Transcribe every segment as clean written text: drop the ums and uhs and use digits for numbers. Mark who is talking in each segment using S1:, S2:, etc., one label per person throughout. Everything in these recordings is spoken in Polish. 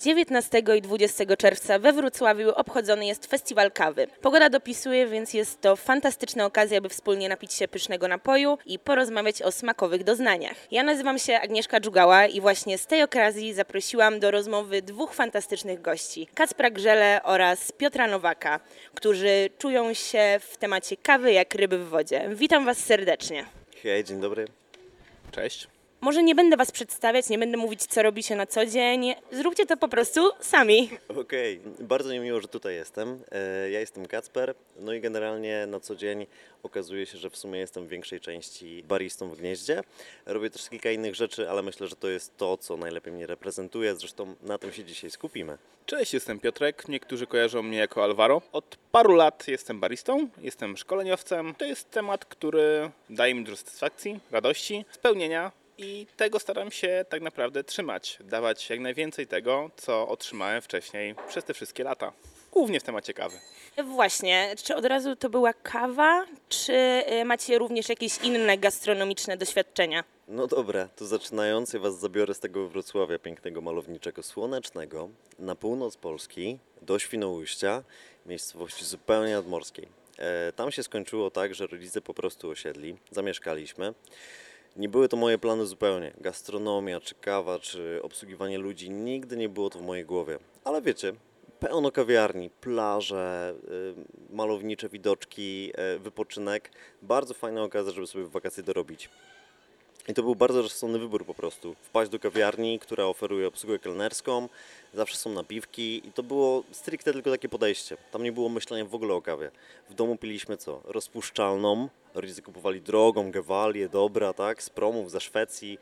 S1: 19 i 20 czerwca we Wrocławiu obchodzony jest Festiwal Kawy. Pogoda dopisuje, więc jest to fantastyczna okazja, by wspólnie napić się pysznego napoju i porozmawiać o smakowych doznaniach. Ja nazywam się Agnieszka Dżugała i właśnie z tej okazji zaprosiłam do rozmowy dwóch fantastycznych gości. Kacpra Grzele oraz Piotra Nowaka, którzy czują się w temacie kawy jak ryby w wodzie. Witam Was serdecznie.
S2: Hej, dzień dobry.
S3: Cześć.
S1: Może nie będę Was przedstawiać, nie będę mówić, co robicie na co dzień. Zróbcie to po prostu sami.
S2: Okej, bardzo mi miło, że tutaj jestem. Ja jestem Kacper, no i generalnie na co dzień okazuje się, że w sumie jestem w większej części baristą w Gnieździe. Robię też kilka innych rzeczy, ale myślę, że to jest to, co najlepiej mnie reprezentuje. Zresztą na tym się dzisiaj skupimy.
S3: Cześć, jestem Piotrek. Niektórzy kojarzą mnie jako Alvaro. Od paru lat jestem baristą, jestem szkoleniowcem. To jest temat, który daje mi dużo satysfakcji, radości, spełnienia. I tego staram się tak naprawdę trzymać, dawać jak najwięcej tego, co otrzymałem wcześniej przez te wszystkie lata. Głównie w temacie kawy.
S1: Właśnie, czy od razu to była kawa, czy macie również jakieś inne gastronomiczne doświadczenia?
S2: No dobra, to zaczynając, ja Was zabiorę z tego Wrocławia pięknego, malowniczego, słonecznego, na północ Polski, do Świnoujścia, miejscowości zupełnie nadmorskiej. Tam się skończyło tak, że rodzice po prostu osiedli, zamieszkaliśmy. Nie były to moje plany zupełnie. Gastronomia, czy kawa, czy obsługiwanie ludzi, nigdy nie było to w mojej głowie. Ale wiecie, pełno kawiarni, plaże, malownicze widoczki, wypoczynek. Bardzo fajna okazja, żeby sobie w wakacje dorobić. I to był bardzo rozsądny wybór po prostu. Wpaść do kawiarni, która oferuje obsługę kelnerską, zawsze są napiwki i to było stricte tylko takie podejście. Tam nie było myślenia w ogóle o kawie. W domu piliśmy co? Rozpuszczalną. Rodzice kupowali drogą, Gewalię, dobra, tak, z promów ze Szwecji.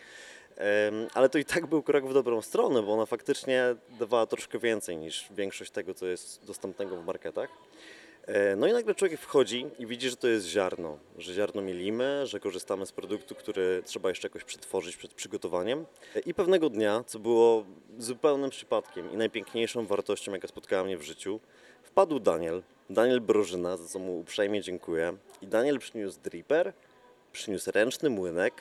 S2: Ale to i tak był krok w dobrą stronę, bo ona faktycznie dawała troszkę więcej niż większość tego, co jest dostępnego w marketach. No i nagle człowiek wchodzi i widzi, że to jest ziarno, że ziarno mielimy, że korzystamy z produktu, który trzeba jeszcze jakoś przetworzyć przed przygotowaniem. I pewnego dnia, co było zupełnym przypadkiem i najpiękniejszą wartością, jaka spotkała mnie w życiu, wpadł Daniel Brożyna, za co mu uprzejmie dziękuję. I Daniel przyniósł dripper, przyniósł ręczny młynek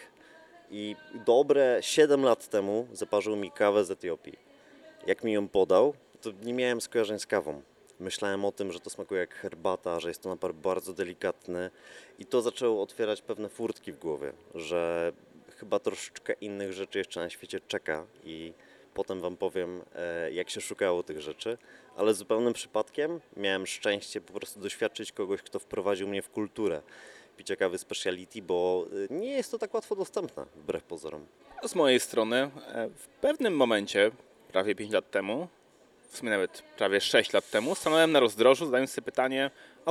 S2: i dobre 7 lat temu zaparzył mi kawę z Etiopii. Jak mi ją podał, to nie miałem skojarzeń z kawą. Myślałem o tym, że to smakuje jak herbata, że jest to napar bardzo delikatny i to zaczęło otwierać pewne furtki w głowie, że chyba troszeczkę innych rzeczy jeszcze na świecie czeka i potem Wam powiem, jak się szukało tych rzeczy, ale zupełnym przypadkiem miałem szczęście po prostu doświadczyć kogoś, kto wprowadził mnie w kulturę picia kawy speciality, bo nie jest to tak łatwo dostępne, wbrew pozorom.
S3: Z mojej strony w pewnym momencie, prawie 5 lat temu, w sumie nawet prawie 6 lat temu, stanąłem na rozdrożu, zadając sobie pytanie,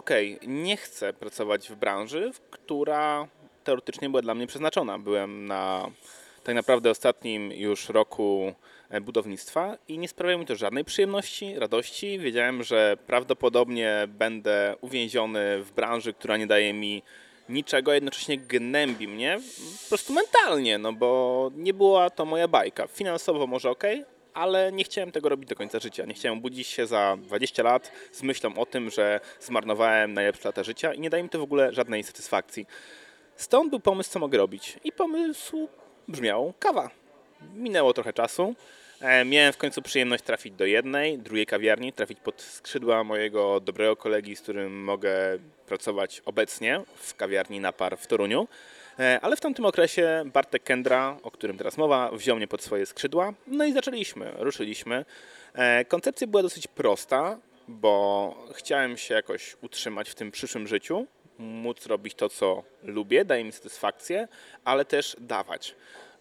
S3: nie chcę pracować w branży, która teoretycznie była dla mnie przeznaczona. Byłem na tak naprawdę ostatnim już roku budownictwa i nie sprawiało mi to żadnej przyjemności, radości. Wiedziałem, że prawdopodobnie będę uwięziony w branży, która nie daje mi niczego, a jednocześnie gnębi mnie po prostu mentalnie, no bo nie była to moja bajka. Finansowo może ale nie chciałem tego robić do końca życia. Nie chciałem budzić się za 20 lat z myślą o tym, że zmarnowałem najlepsze lata życia i nie daje mi to w ogóle żadnej satysfakcji. Stąd był pomysł, co mogę robić. I pomysł brzmiał kawa. Minęło trochę czasu. Miałem w końcu przyjemność trafić do drugiej kawiarni, trafić pod skrzydła mojego dobrego kolegi, z którym mogę pracować obecnie w kawiarni Napar w Toruniu. Ale w tamtym okresie Bartek Kendra, o którym teraz mowa, wziął mnie pod swoje skrzydła. No i ruszyliśmy. Koncepcja była dosyć prosta, bo chciałem się jakoś utrzymać w tym przyszłym życiu, móc robić to, co lubię, daje mi satysfakcję, ale też dawać.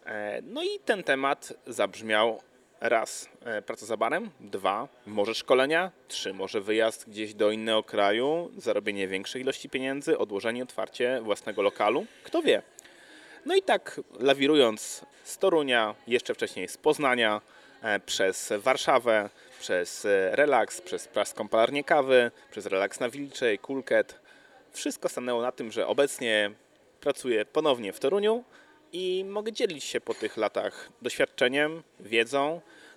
S3: No i ten temat zabrzmiał: raz, praca za barem, 2, może szkolenia, 3, może wyjazd gdzieś do innego kraju, zarobienie większej ilości pieniędzy, odłożenie, otwarcie własnego lokalu, kto wie. No i tak lawirując z Torunia, jeszcze wcześniej z Poznania, przez Warszawę, przez Relaks, przez Praską Palarnię Kawy, przez Relaks na Wilczej, Kulket, wszystko stanęło na tym, że obecnie pracuję ponownie w Toruniu i mogę dzielić się po tych latach doświadczeniem, wiedzą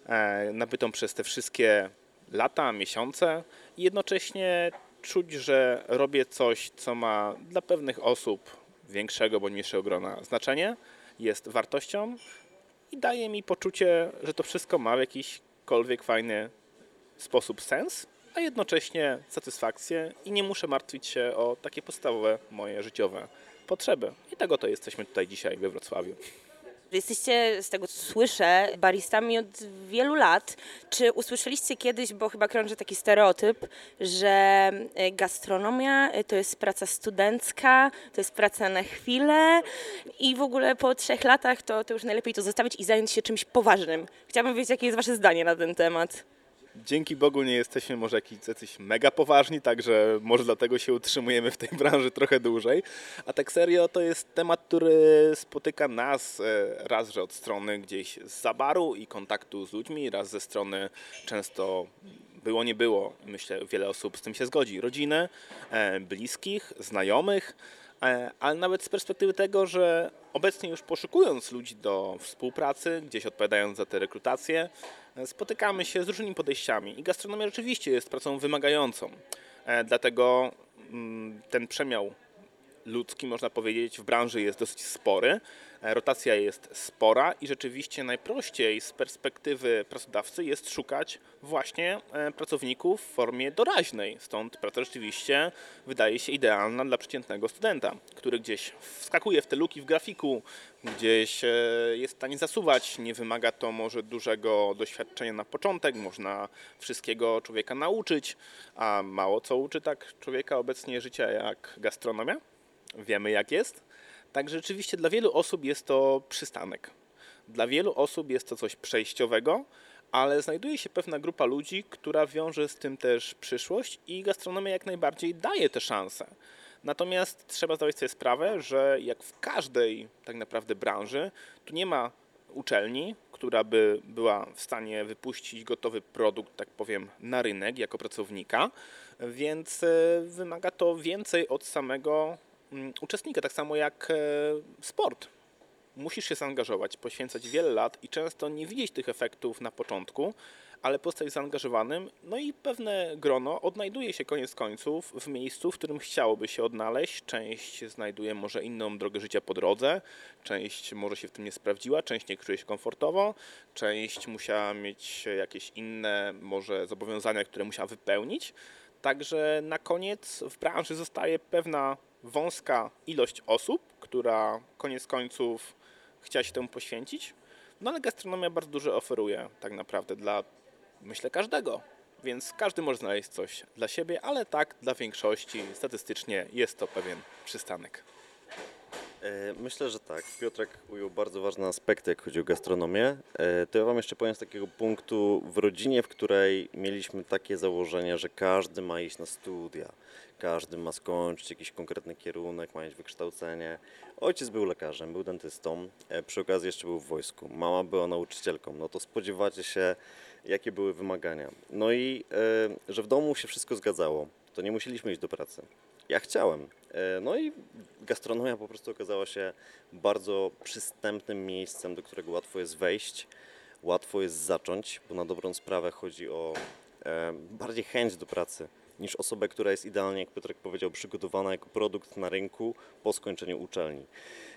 S3: nabytą przez te wszystkie lata, miesiące i jednocześnie czuć, że robię coś, co ma dla pewnych osób większego bądź mniejszego grona znaczenie, jest wartością i daje mi poczucie, że to wszystko ma jakiś jakikolwiek fajny sposób sens, a jednocześnie satysfakcję i nie muszę martwić się o takie podstawowe moje życiowe potrzeby. I tego to jesteśmy tutaj dzisiaj we Wrocławiu.
S1: Jesteście, z tego co słyszę, baristami od wielu lat. Czy usłyszeliście kiedyś, bo chyba krąży taki stereotyp, że gastronomia to jest praca studencka, to jest praca na chwilę i w ogóle po 3 latach to już najlepiej to zostawić i zająć się czymś poważnym. Chciałabym wiedzieć, jakie jest wasze zdanie na ten temat.
S3: Dzięki Bogu nie jesteśmy może jacyś mega poważni, także może dlatego się utrzymujemy w tej branży trochę dłużej. A tak serio to jest temat, który spotyka nas raz, że od strony gdzieś z baru i kontaktu z ludźmi, raz ze strony często było, nie było. Myślę, wiele osób z tym się zgodzi. Rodziny, bliskich, znajomych, ale nawet z perspektywy tego, że obecnie już poszukując ludzi do współpracy, gdzieś odpowiadając za te rekrutacje, spotykamy się z różnymi podejściami i gastronomia rzeczywiście jest pracą wymagającą. Dlatego ten przemiał ludzki, można powiedzieć, w branży jest dosyć spory. Rotacja jest spora i rzeczywiście najprościej z perspektywy pracodawcy jest szukać właśnie pracowników w formie doraźnej. Stąd praca rzeczywiście wydaje się idealna dla przeciętnego studenta, który gdzieś wskakuje w te luki w grafiku, gdzieś jest w stanie zasuwać. Nie wymaga to może dużego doświadczenia na początek, można wszystkiego człowieka nauczyć, a mało co uczy tak człowieka obecnie życia jak gastronomia. Wiemy jak jest. Także rzeczywiście dla wielu osób jest to przystanek. Dla wielu osób jest to coś przejściowego, ale znajduje się pewna grupa ludzi, która wiąże z tym też przyszłość i gastronomia jak najbardziej daje te szanse. Natomiast trzeba zdawać sobie sprawę, że jak w każdej tak naprawdę branży, tu nie ma uczelni, która by była w stanie wypuścić gotowy produkt, tak powiem, na rynek jako pracownika, więc wymaga to więcej od samego uczestnika, tak samo jak sport. Musisz się zaangażować, poświęcać wiele lat i często nie widzieć tych efektów na początku, ale pozostać zaangażowanym, no i pewne grono odnajduje się koniec końców w miejscu, w którym chciałoby się odnaleźć. Część znajduje może inną drogę życia po drodze, część może się w tym nie sprawdziła, część nie czuje się komfortowo, część musiała mieć jakieś inne może zobowiązania, które musiała wypełnić. Także na koniec w branży zostaje pewna wąska ilość osób, która koniec końców chciała się temu poświęcić, no ale gastronomia bardzo dużo oferuje tak naprawdę dla, myślę, każdego, więc każdy może znaleźć coś dla siebie, ale tak dla większości statystycznie jest to pewien przystanek.
S2: Myślę, że tak. Piotrek ujął bardzo ważne aspekty, jak chodzi o gastronomię. To ja wam jeszcze powiem z takiego punktu w rodzinie, w której mieliśmy takie założenie, że każdy ma iść na studia. Każdy ma skończyć jakiś konkretny kierunek, ma mieć wykształcenie. Ojciec był lekarzem, był dentystą, przy okazji jeszcze był w wojsku. Mama była nauczycielką. No to spodziewacie się, jakie były wymagania. No i że w domu się wszystko zgadzało. To nie musieliśmy iść do pracy. Ja chciałem. No i gastronomia po prostu okazała się bardzo przystępnym miejscem, do którego łatwo jest wejść, łatwo jest zacząć, bo na dobrą sprawę chodzi o bardziej chęć do pracy niż osobę, która jest idealnie, jak Piotrek powiedział, przygotowana jako produkt na rynku po skończeniu uczelni.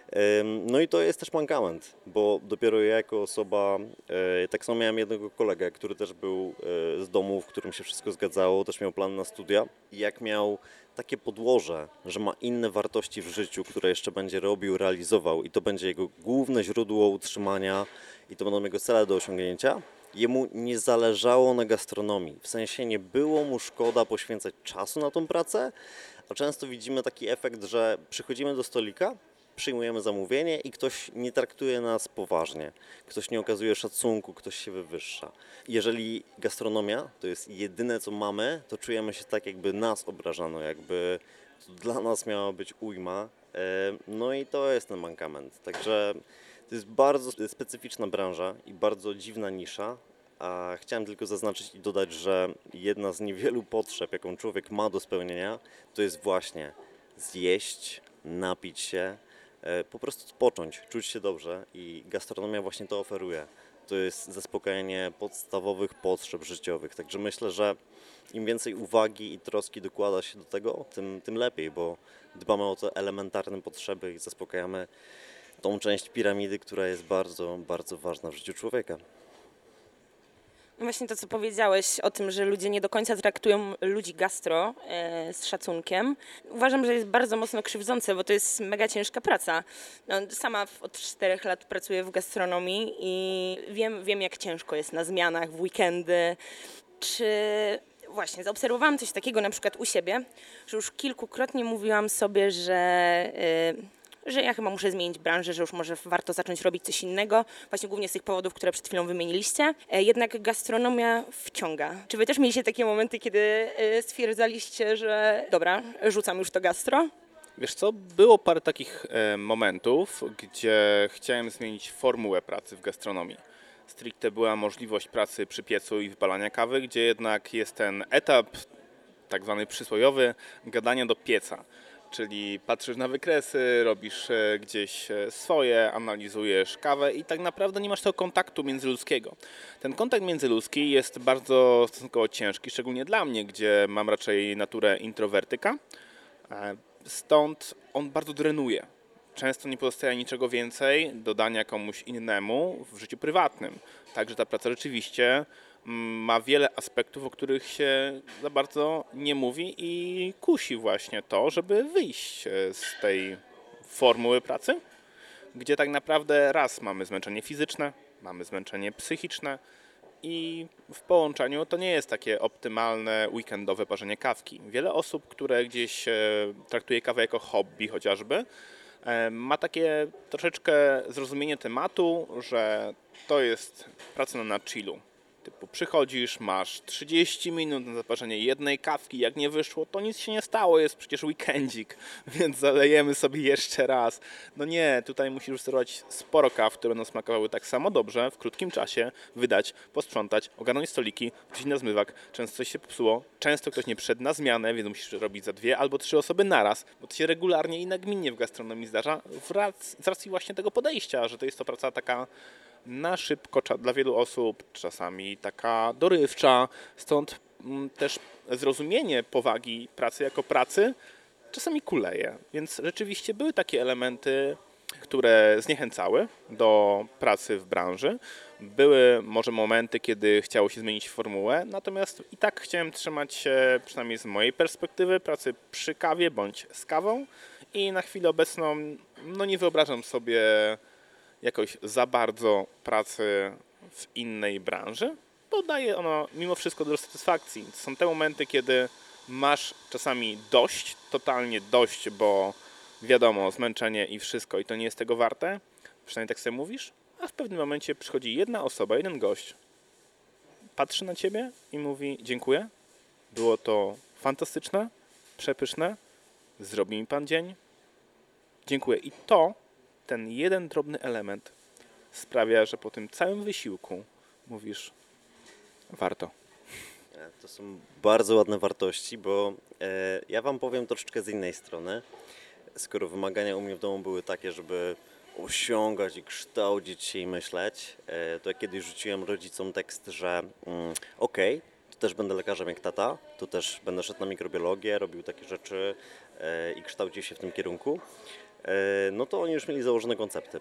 S2: No i to jest też mankament, bo dopiero ja jako osoba, tak samo miałem jednego kolegę, który też był z domu, w którym się wszystko zgadzało, też miał plan na studia i jak miał takie podłoże, że ma inne wartości w życiu, które jeszcze będzie robił, realizował i to będzie jego główne źródło utrzymania i to będą jego cele do osiągnięcia, jemu nie zależało na gastronomii, w sensie nie było mu szkoda poświęcać czasu na tą pracę, a często widzimy taki efekt, że przychodzimy do stolika, przyjmujemy zamówienie i ktoś nie traktuje nas poważnie, ktoś nie okazuje szacunku, ktoś się wywyższa. Jeżeli gastronomia to jest jedyne, co mamy, to czujemy się tak, jakby nas obrażano, jakby to dla nas miała być ujma, no i to jest ten mankament. Także to jest bardzo specyficzna branża i bardzo dziwna nisza, a chciałem tylko zaznaczyć i dodać, że jedna z niewielu potrzeb, jaką człowiek ma do spełnienia, to jest właśnie zjeść, napić się, po prostu odpocząć, czuć się dobrze i gastronomia właśnie to oferuje. To jest zaspokajanie podstawowych potrzeb życiowych, także myślę, że im więcej uwagi i troski dokłada się do tego, tym lepiej, bo dbamy o te elementarne potrzeby i zaspokajamy tą część piramidy, która jest bardzo, bardzo ważna w życiu człowieka.
S1: Właśnie to, co powiedziałeś o tym, że ludzie nie do końca traktują ludzi gastro z szacunkiem, uważam, że jest bardzo mocno krzywdzące, bo to jest mega ciężka praca. No, sama od 4 lat pracuję w gastronomii i wiem, jak ciężko jest na zmianach, w weekendy. Czy właśnie zaobserwowałam coś takiego na przykład u siebie, że już kilkukrotnie mówiłam sobie, że ja chyba muszę zmienić branżę, że już może warto zacząć robić coś innego, właśnie głównie z tych powodów, które przed chwilą wymieniliście. Jednak gastronomia wciąga. Czy wy też mieliście takie momenty, kiedy stwierdzaliście, że dobra, rzucam już to gastro?
S3: Wiesz co, było parę takich momentów, gdzie chciałem zmienić formułę pracy w gastronomii. Stricte była możliwość pracy przy piecu i wypalania kawy, gdzie jednak jest ten etap tak zwany przysłowiowy gadania do pieca. Czyli patrzysz na wykresy, robisz gdzieś swoje, analizujesz kawę i tak naprawdę nie masz tego kontaktu międzyludzkiego. Ten kontakt międzyludzki jest bardzo stosunkowo ciężki, szczególnie dla mnie, gdzie mam raczej naturę introwertyka. Stąd on bardzo drenuje. Często nie pozostaje niczego więcej do dania komuś innemu w życiu prywatnym. Także ta praca rzeczywiście ma wiele aspektów, o których się za bardzo nie mówi i kusi właśnie to, żeby wyjść z tej formuły pracy, gdzie tak naprawdę raz mamy zmęczenie fizyczne, mamy zmęczenie psychiczne i w połączeniu to nie jest takie optymalne weekendowe parzenie kawki. Wiele osób, które gdzieś traktuje kawę jako hobby chociażby, ma takie troszeczkę zrozumienie tematu, że to jest praca na chillu. Typu przychodzisz, masz 30 minut na zaparzenie jednej kawki, jak nie wyszło, to nic się nie stało, jest przecież weekendzik, więc zalejemy sobie jeszcze raz. No nie, tutaj musisz sterować sporo kaw, które będą smakowały tak samo dobrze, w krótkim czasie, wydać, posprzątać, ogarnąć stoliki, wrzucić na zmywak, często coś się popsuło, często ktoś nie przyszedł na zmianę, więc musisz robić za 2 albo 3 osoby naraz, bo to się regularnie i nagminnie w gastronomii zdarza, z racji właśnie tego podejścia, że to jest to praca taka na szybko dla wielu osób, czasami taka dorywcza, stąd też zrozumienie powagi pracy jako pracy czasami kuleje. Więc rzeczywiście były takie elementy, które zniechęcały do pracy w branży. Były może momenty, kiedy chciało się zmienić formułę, natomiast i tak chciałem trzymać się, przynajmniej z mojej perspektywy, pracy przy kawie bądź z kawą i na chwilę obecną nie wyobrażam sobie jakoś za bardzo pracy w innej branży, bo daje ono mimo wszystko dużo satysfakcji. To są te momenty, kiedy masz czasami dość, totalnie dość, bo wiadomo, zmęczenie i wszystko i to nie jest tego warte, przynajmniej tak sobie mówisz, a w pewnym momencie przychodzi jedna osoba, jeden gość, patrzy na ciebie i mówi dziękuję, było to fantastyczne, przepyszne, zrobi mi pan dzień, dziękuję. I ten jeden drobny element sprawia, że po tym całym wysiłku mówisz warto.
S2: To są bardzo ładne wartości, bo ja wam powiem troszeczkę z innej strony. Skoro wymagania u mnie w domu były takie, żeby osiągać i kształcić się i myśleć, to ja kiedyś rzuciłem rodzicom tekst, że okej, to też będę lekarzem jak tata, to też będę szedł na mikrobiologię, robił takie rzeczy i kształcił się w tym kierunku. No to oni już mieli założone koncepty.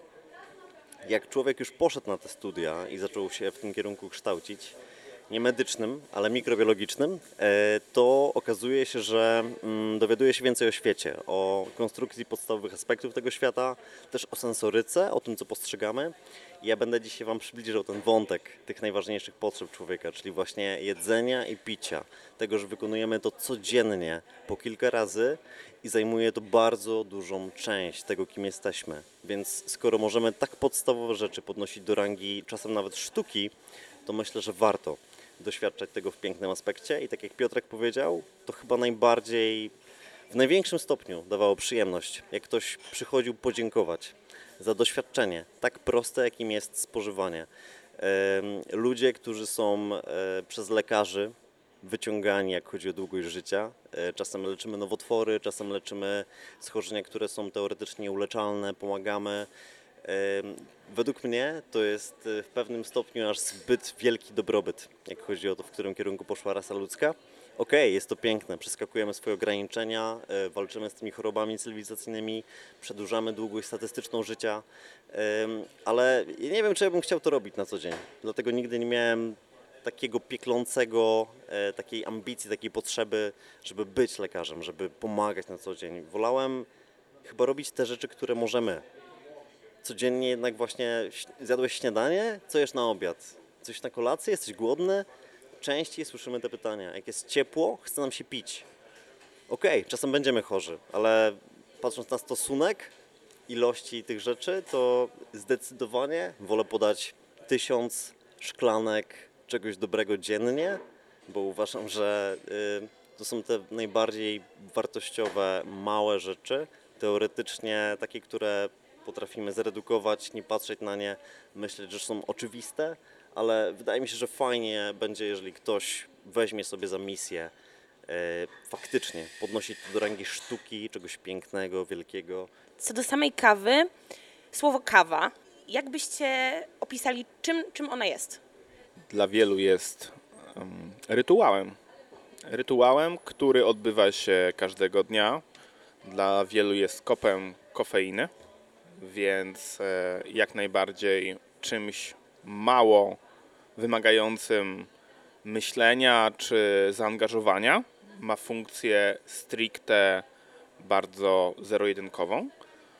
S2: Jak człowiek już poszedł na te studia i zaczął się w tym kierunku kształcić, nie medycznym, ale mikrobiologicznym, to okazuje się, że dowiaduje się więcej o świecie, o konstrukcji podstawowych aspektów tego świata, też o sensoryce, o tym, co postrzegamy. Ja będę dzisiaj wam przybliżał ten wątek tych najważniejszych potrzeb człowieka, czyli właśnie jedzenia i picia, tego, że wykonujemy to codziennie po kilka razy i zajmuje to bardzo dużą część tego, kim jesteśmy. Więc skoro możemy tak podstawowe rzeczy podnosić do rangi czasem nawet sztuki, to myślę, że warto doświadczać tego w pięknym aspekcie i tak jak Piotrek powiedział, to chyba najbardziej, w największym stopniu dawało przyjemność, jak ktoś przychodził podziękować za doświadczenie, tak proste, jakim jest spożywanie. Ludzie, którzy są przez lekarzy wyciągani, jak chodzi o długość życia. Czasem leczymy nowotwory, czasem leczymy schorzenia, które są teoretycznie nieuleczalne, pomagamy. Według mnie to jest w pewnym stopniu aż zbyt wielki dobrobyt, jak chodzi o to, w którym kierunku poszła rasa ludzka. Okej, jest to piękne, przeskakujemy swoje ograniczenia, walczymy z tymi chorobami cywilizacyjnymi, przedłużamy długość statystyczną życia, ale ja nie wiem, czy ja bym chciał to robić na co dzień. Dlatego nigdy nie miałem takiego pieklącego, takiej ambicji, takiej potrzeby, żeby być lekarzem, żeby pomagać na co dzień. Wolałem chyba robić te rzeczy, które możemy. Codziennie jednak właśnie zjadłeś śniadanie, co jesz na obiad? Coś na kolację? Jesteś głodny? Częściej słyszymy te pytania. Jak jest ciepło, chce nam się pić. Okej, czasem będziemy chorzy, ale patrząc na stosunek ilości tych rzeczy, to zdecydowanie wolę podać 1000 szklanek czegoś dobrego dziennie, bo uważam, że to są te najbardziej wartościowe, małe rzeczy, teoretycznie takie, które potrafimy zredukować, nie patrzeć na nie, myśleć, że są oczywiste, ale wydaje mi się, że fajnie będzie, jeżeli ktoś weźmie sobie za misję faktycznie podnosić to do rangi sztuki, czegoś pięknego, wielkiego.
S1: Co do samej kawy, słowo kawa, jak byście opisali, czym ona jest?
S3: Dla wielu jest rytuałem. Rytuałem, który odbywa się każdego dnia. Dla wielu jest kopem kofeiny, więc jak najbardziej czymś mało wymagającym myślenia czy zaangażowania. Ma funkcję stricte bardzo zero-jedynkową.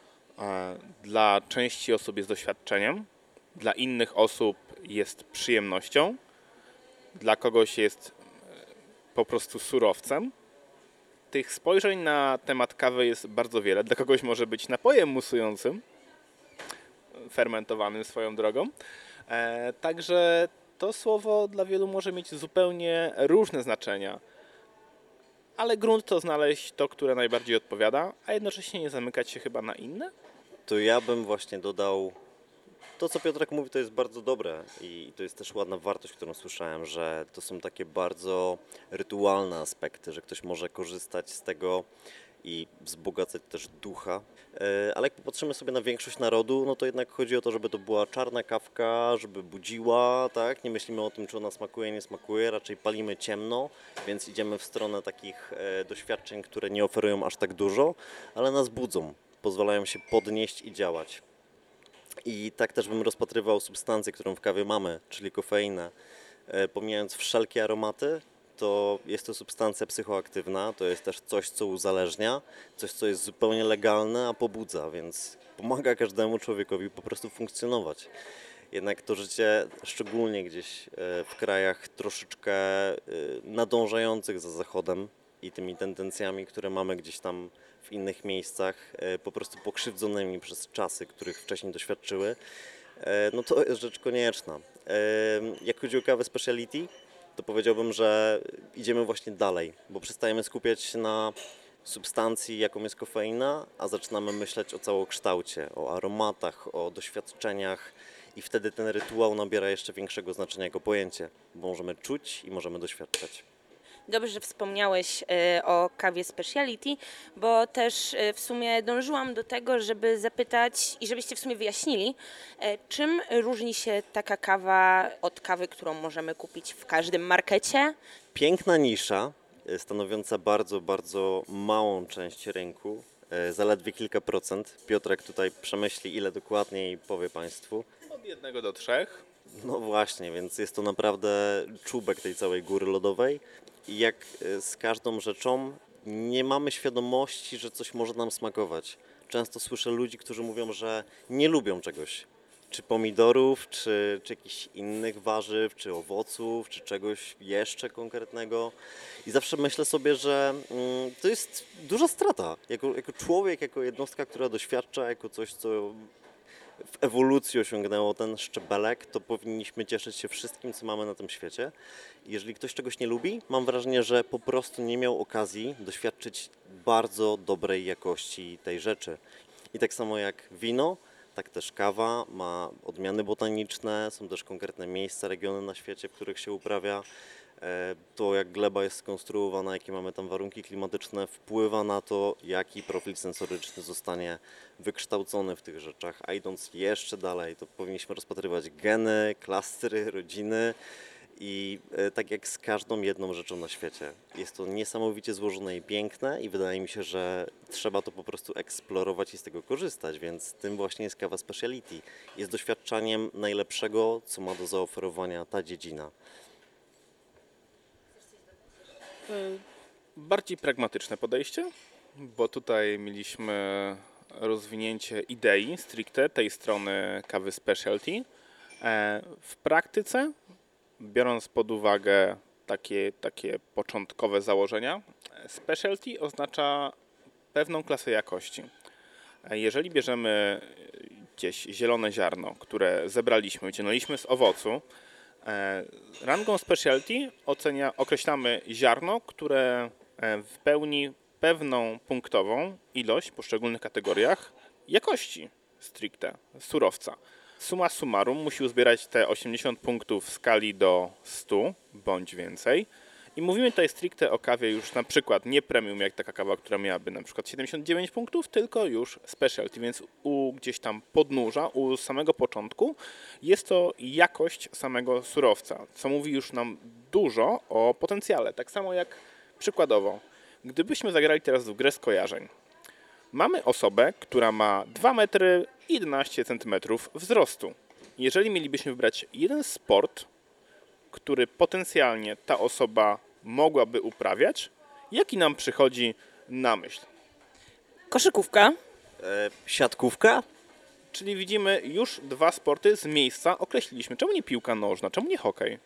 S3: Dla części osób jest doświadczeniem, dla innych osób jest przyjemnością, dla kogoś jest po prostu surowcem. Tych spojrzeń na temat kawy jest bardzo wiele. Dla kogoś może być napojem musującym, fermentowanym swoją drogą. Także to słowo dla wielu może mieć zupełnie różne znaczenia. Ale grunt to znaleźć to, które najbardziej odpowiada, a jednocześnie nie zamykać się chyba na inne.
S2: To ja bym właśnie dodał, to co Piotrek mówi, to jest bardzo dobre i to jest też ładna wartość, którą słyszałem, że to są takie bardzo rytualne aspekty, że ktoś może korzystać z tego i wzbogacać też ducha. Ale jak popatrzymy sobie na większość narodu, no to jednak chodzi o to, żeby to była czarna kawka, żeby budziła, tak? Nie myślimy o tym, czy ona smakuje, nie smakuje, raczej palimy ciemno, więc idziemy w stronę takich doświadczeń, które nie oferują aż tak dużo, ale nas budzą, pozwalają się podnieść i działać. I tak też bym rozpatrywał substancję, którą w kawie mamy, czyli kofeinę. Pomijając wszelkie aromaty, to jest to substancja psychoaktywna, to jest też coś, co uzależnia, coś, co jest zupełnie legalne, a pobudza, więc pomaga każdemu człowiekowi po prostu funkcjonować. Jednak to życie, szczególnie gdzieś w krajach troszeczkę nadążających za Zachodem i tymi tendencjami, które mamy gdzieś tam w innych miejscach, po prostu pokrzywdzonymi przez czasy, których wcześniej doświadczyły, no to jest rzecz konieczna. Jak chodzi o kawę speciality, to powiedziałbym, że idziemy właśnie dalej, bo przestajemy skupiać się na substancji, jaką jest kofeina, a zaczynamy myśleć o całokształcie, o aromatach, o doświadczeniach i wtedy ten rytuał nabiera jeszcze większego znaczenia jako pojęcie, bo możemy czuć i możemy doświadczać.
S1: Dobrze, że wspomniałeś o kawie speciality, bo też w sumie dążyłam do tego, żeby zapytać i żebyście w sumie wyjaśnili, czym różni się taka kawa od kawy, którą możemy kupić w każdym markecie?
S2: Piękna nisza, stanowiąca bardzo, bardzo małą część rynku, zaledwie kilka procent. Piotrek tutaj przemyśli, ile dokładnie i powie Państwu.
S3: Od 1 do 3.
S2: No właśnie, więc jest to naprawdę czubek tej całej góry lodowej i jak z każdą rzeczą nie mamy świadomości, że coś może nam smakować. Często słyszę ludzi, którzy mówią, że nie lubią czegoś, czy pomidorów, czy jakichś innych warzyw, czy owoców, czy czegoś jeszcze konkretnego i zawsze myślę sobie, że to jest duża strata. Jako człowiek, jako jednostka, która doświadcza, jako coś, co w ewolucji osiągnęło ten szczebelek, to powinniśmy cieszyć się wszystkim, co mamy na tym świecie. Jeżeli ktoś czegoś nie lubi, mam wrażenie, że po prostu nie miał okazji doświadczyć bardzo dobrej jakości tej rzeczy. I tak samo jak wino, tak też kawa ma odmiany botaniczne, są też konkretne miejsca, regiony na świecie, w których się uprawia. To, jak gleba jest skonstruowana, jakie mamy tam warunki klimatyczne, wpływa na to, jaki profil sensoryczny zostanie wykształcony w tych rzeczach. A idąc jeszcze dalej, to powinniśmy rozpatrywać geny, klastry, rodziny i tak jak z każdą jedną rzeczą na świecie. Jest to niesamowicie złożone i piękne i wydaje mi się, że trzeba to po prostu eksplorować i z tego korzystać, więc tym właśnie jest kawa speciality. Jest doświadczaniem najlepszego, co ma do zaoferowania ta dziedzina.
S3: Bardziej pragmatyczne podejście, bo tutaj mieliśmy rozwinięcie idei stricte tej strony kawy specialty. W praktyce, biorąc pod uwagę takie początkowe założenia, specialty oznacza pewną klasę jakości. Jeżeli bierzemy gdzieś zielone ziarno, które zebraliśmy, wyciągnęliśmy z owocu, rangą specialty określamy ziarno, które wypełni pewną punktową ilość w poszczególnych kategoriach jakości stricte surowca. Summa summarum musi uzbierać te 80 punktów w skali do 100 bądź więcej. I mówimy tutaj stricte o kawie już na przykład nie premium, jak taka kawa, która miałaby na przykład 79 punktów, tylko już specialty, więc gdzieś tam podnóża, u samego początku jest to jakość samego surowca, co mówi już nam dużo o potencjale. Tak samo jak przykładowo, gdybyśmy zagrali teraz w grę skojarzeń. Mamy osobę, która ma 2 metry i 11 cm wzrostu. Jeżeli mielibyśmy wybrać jeden sport, który potencjalnie ta osoba mogłaby uprawiać, jaki nam przychodzi na myśl?
S1: Koszykówka.
S2: Siatkówka?
S3: Czyli widzimy już 2 sporty z miejsca określiliśmy. Czemu nie piłka nożna? Czemu nie hokej?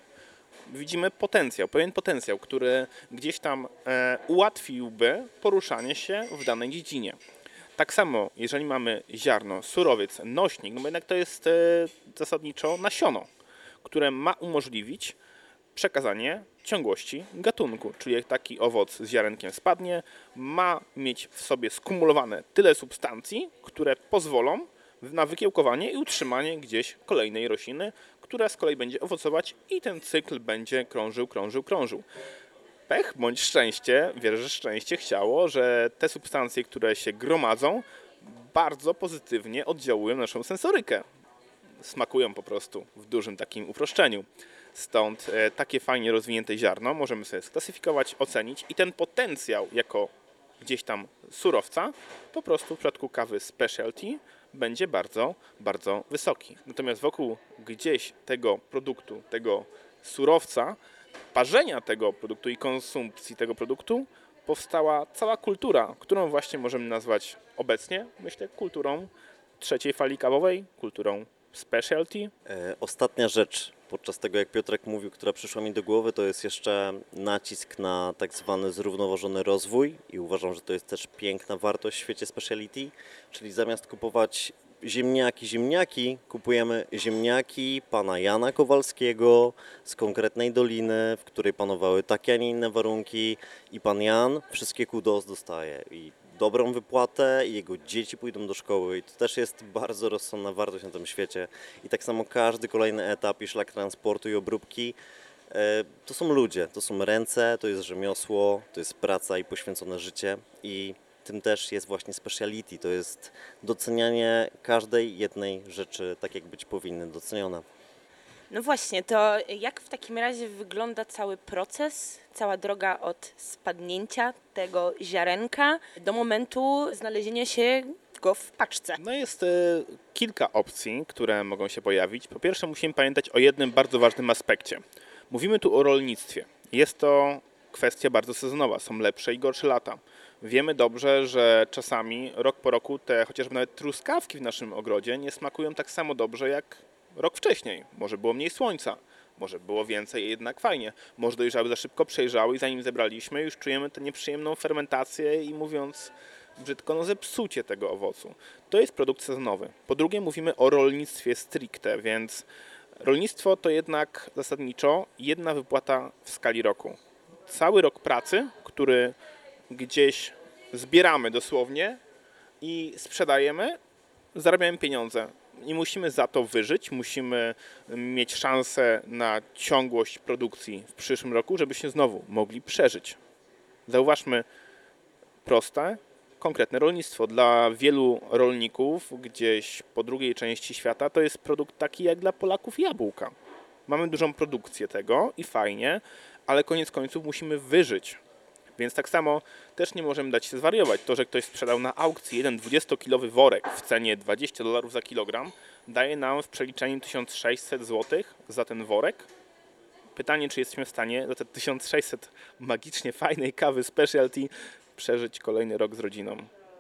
S3: Widzimy pewien potencjał, który gdzieś tam ułatwiłby poruszanie się w danej dziedzinie. Tak samo, jeżeli mamy ziarno, surowiec, nośnik, no bo jednak to jest zasadniczo nasiono, które ma umożliwić przekazanie ciągłości gatunku, czyli jak taki owoc z ziarenkiem spadnie, ma mieć w sobie skumulowane tyle substancji, które pozwolą na wykiełkowanie i utrzymanie gdzieś kolejnej rośliny, która z kolei będzie owocować i ten cykl będzie krążył. Pech bądź szczęście, wierzę, że szczęście chciało, że te substancje, które się gromadzą, bardzo pozytywnie oddziałują na naszą sensorykę. Smakują po prostu w dużym takim uproszczeniu. Stąd takie fajnie rozwinięte ziarno możemy sobie sklasyfikować, ocenić i ten potencjał jako gdzieś tam surowca po prostu w przypadku kawy specialty będzie bardzo, bardzo wysoki. Natomiast wokół gdzieś tego produktu, tego surowca, parzenia tego produktu i konsumpcji tego produktu powstała cała kultura, którą właśnie możemy nazwać obecnie, myślę, kulturą trzeciej fali kawowej, kulturą specialty.
S2: Ostatnia rzecz podczas tego, jak Piotrek mówił, która przyszła mi do głowy, to jest jeszcze nacisk na tak zwany zrównoważony rozwój i uważam, że to jest też piękna wartość w świecie speciality, czyli zamiast kupować ziemniaki, kupujemy ziemniaki pana Jana Kowalskiego z konkretnej doliny, w której panowały takie, a nie inne warunki i pan Jan wszystkie kudos dostaje i dobrą wypłatę i jego dzieci pójdą do szkoły i to też jest bardzo rozsądna wartość na tym świecie i tak samo każdy kolejny etap i szlak transportu i obróbki to są ludzie, to są ręce, to jest rzemiosło, to jest praca i poświęcone życie i tym też jest właśnie speciality, to jest docenianie każdej jednej rzeczy tak jak być powinny docenione.
S1: No właśnie, to jak w takim razie wygląda cały proces, cała droga od spadnięcia tego ziarenka do momentu znalezienia się go w paczce?
S3: No jest kilka opcji, które mogą się pojawić. Po pierwsze musimy pamiętać o jednym bardzo ważnym aspekcie. Mówimy tu o rolnictwie. Jest to kwestia bardzo sezonowa, są lepsze i gorsze lata. Wiemy dobrze, że czasami rok po roku te chociażby nawet truskawki w naszym ogrodzie nie smakują tak samo dobrze jak rok wcześniej. Może było mniej słońca, może było więcej, jednak fajnie. Może dojrzały za szybko, przejrzały i zanim zebraliśmy, już czujemy tę nieprzyjemną fermentację i mówiąc brzydko, no zepsucie tego owocu. To jest produkt sezonowy. Po drugie mówimy o rolnictwie stricte, więc rolnictwo to jednak zasadniczo jedna wypłata w skali roku. Cały rok pracy, który gdzieś zbieramy dosłownie i sprzedajemy, zarabiamy pieniądze. I musimy za to wyżyć, musimy mieć szansę na ciągłość produkcji w przyszłym roku, żebyśmy znowu mogli przeżyć. Zauważmy proste, konkretne rolnictwo. Dla wielu rolników gdzieś po drugiej części świata to jest produkt taki jak dla Polaków jabłka. Mamy dużą produkcję tego i fajnie, ale koniec końców musimy wyżyć. Więc tak samo też nie możemy dać się zwariować. To, że ktoś sprzedał na aukcji jeden 20-kilowy worek w cenie $20 za kilogram, daje nam w przeliczeniu 1600 zł za ten worek. pytanie, czy jesteśmy w stanie za te 1600 magicznie fajnej kawy specialty przeżyć kolejny rok z rodziną.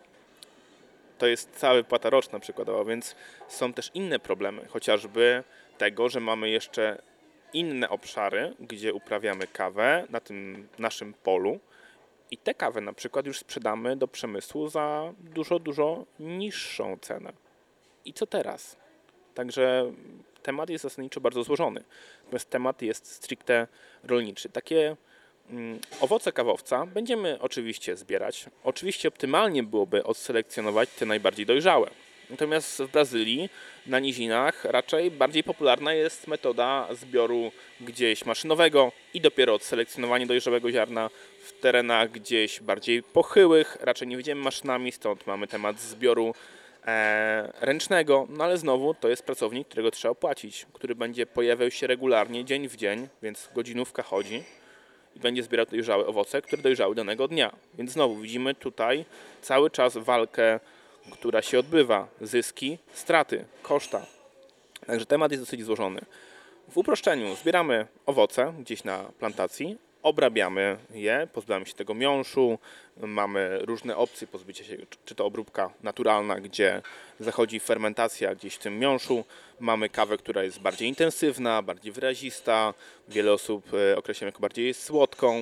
S3: To jest cała wypłata roczna przykładowo, więc są też inne problemy, chociażby tego, że mamy jeszcze inne obszary, gdzie uprawiamy kawę na tym naszym polu i te kawy na przykład już sprzedamy do przemysłu za dużo niższą cenę. I co teraz? Także temat jest zasadniczo bardzo złożony, natomiast temat jest stricte rolniczy. Takie owoce kawowca będziemy oczywiście zbierać. Oczywiście optymalnie byłoby odselekcjonować te najbardziej dojrzałe. Natomiast w Brazylii na nizinach raczej bardziej popularna jest metoda zbioru gdzieś maszynowego i dopiero odselekcjonowanie dojrzałego ziarna w terenach gdzieś bardziej pochyłych. Raczej nie będziemy maszynami, stąd mamy temat zbioru ręcznego, no ale znowu to jest pracownik, którego trzeba opłacić, który będzie pojawiał się regularnie, dzień w dzień, więc godzinówka chodzi i będzie zbierał dojrzałe owoce, które dojrzały danego dnia. Więc znowu widzimy tutaj cały czas walkę, która się odbywa. Zyski, straty, koszta. Także temat jest dosyć złożony. W uproszczeniu zbieramy owoce gdzieś na plantacji, obrabiamy je, pozbywamy się tego miąższu, mamy różne opcje pozbycia się, czy to obróbka naturalna, gdzie zachodzi fermentacja gdzieś w tym miąższu, mamy kawę, która jest bardziej intensywna, bardziej wyrazista, wiele osób określa jako bardziej słodką.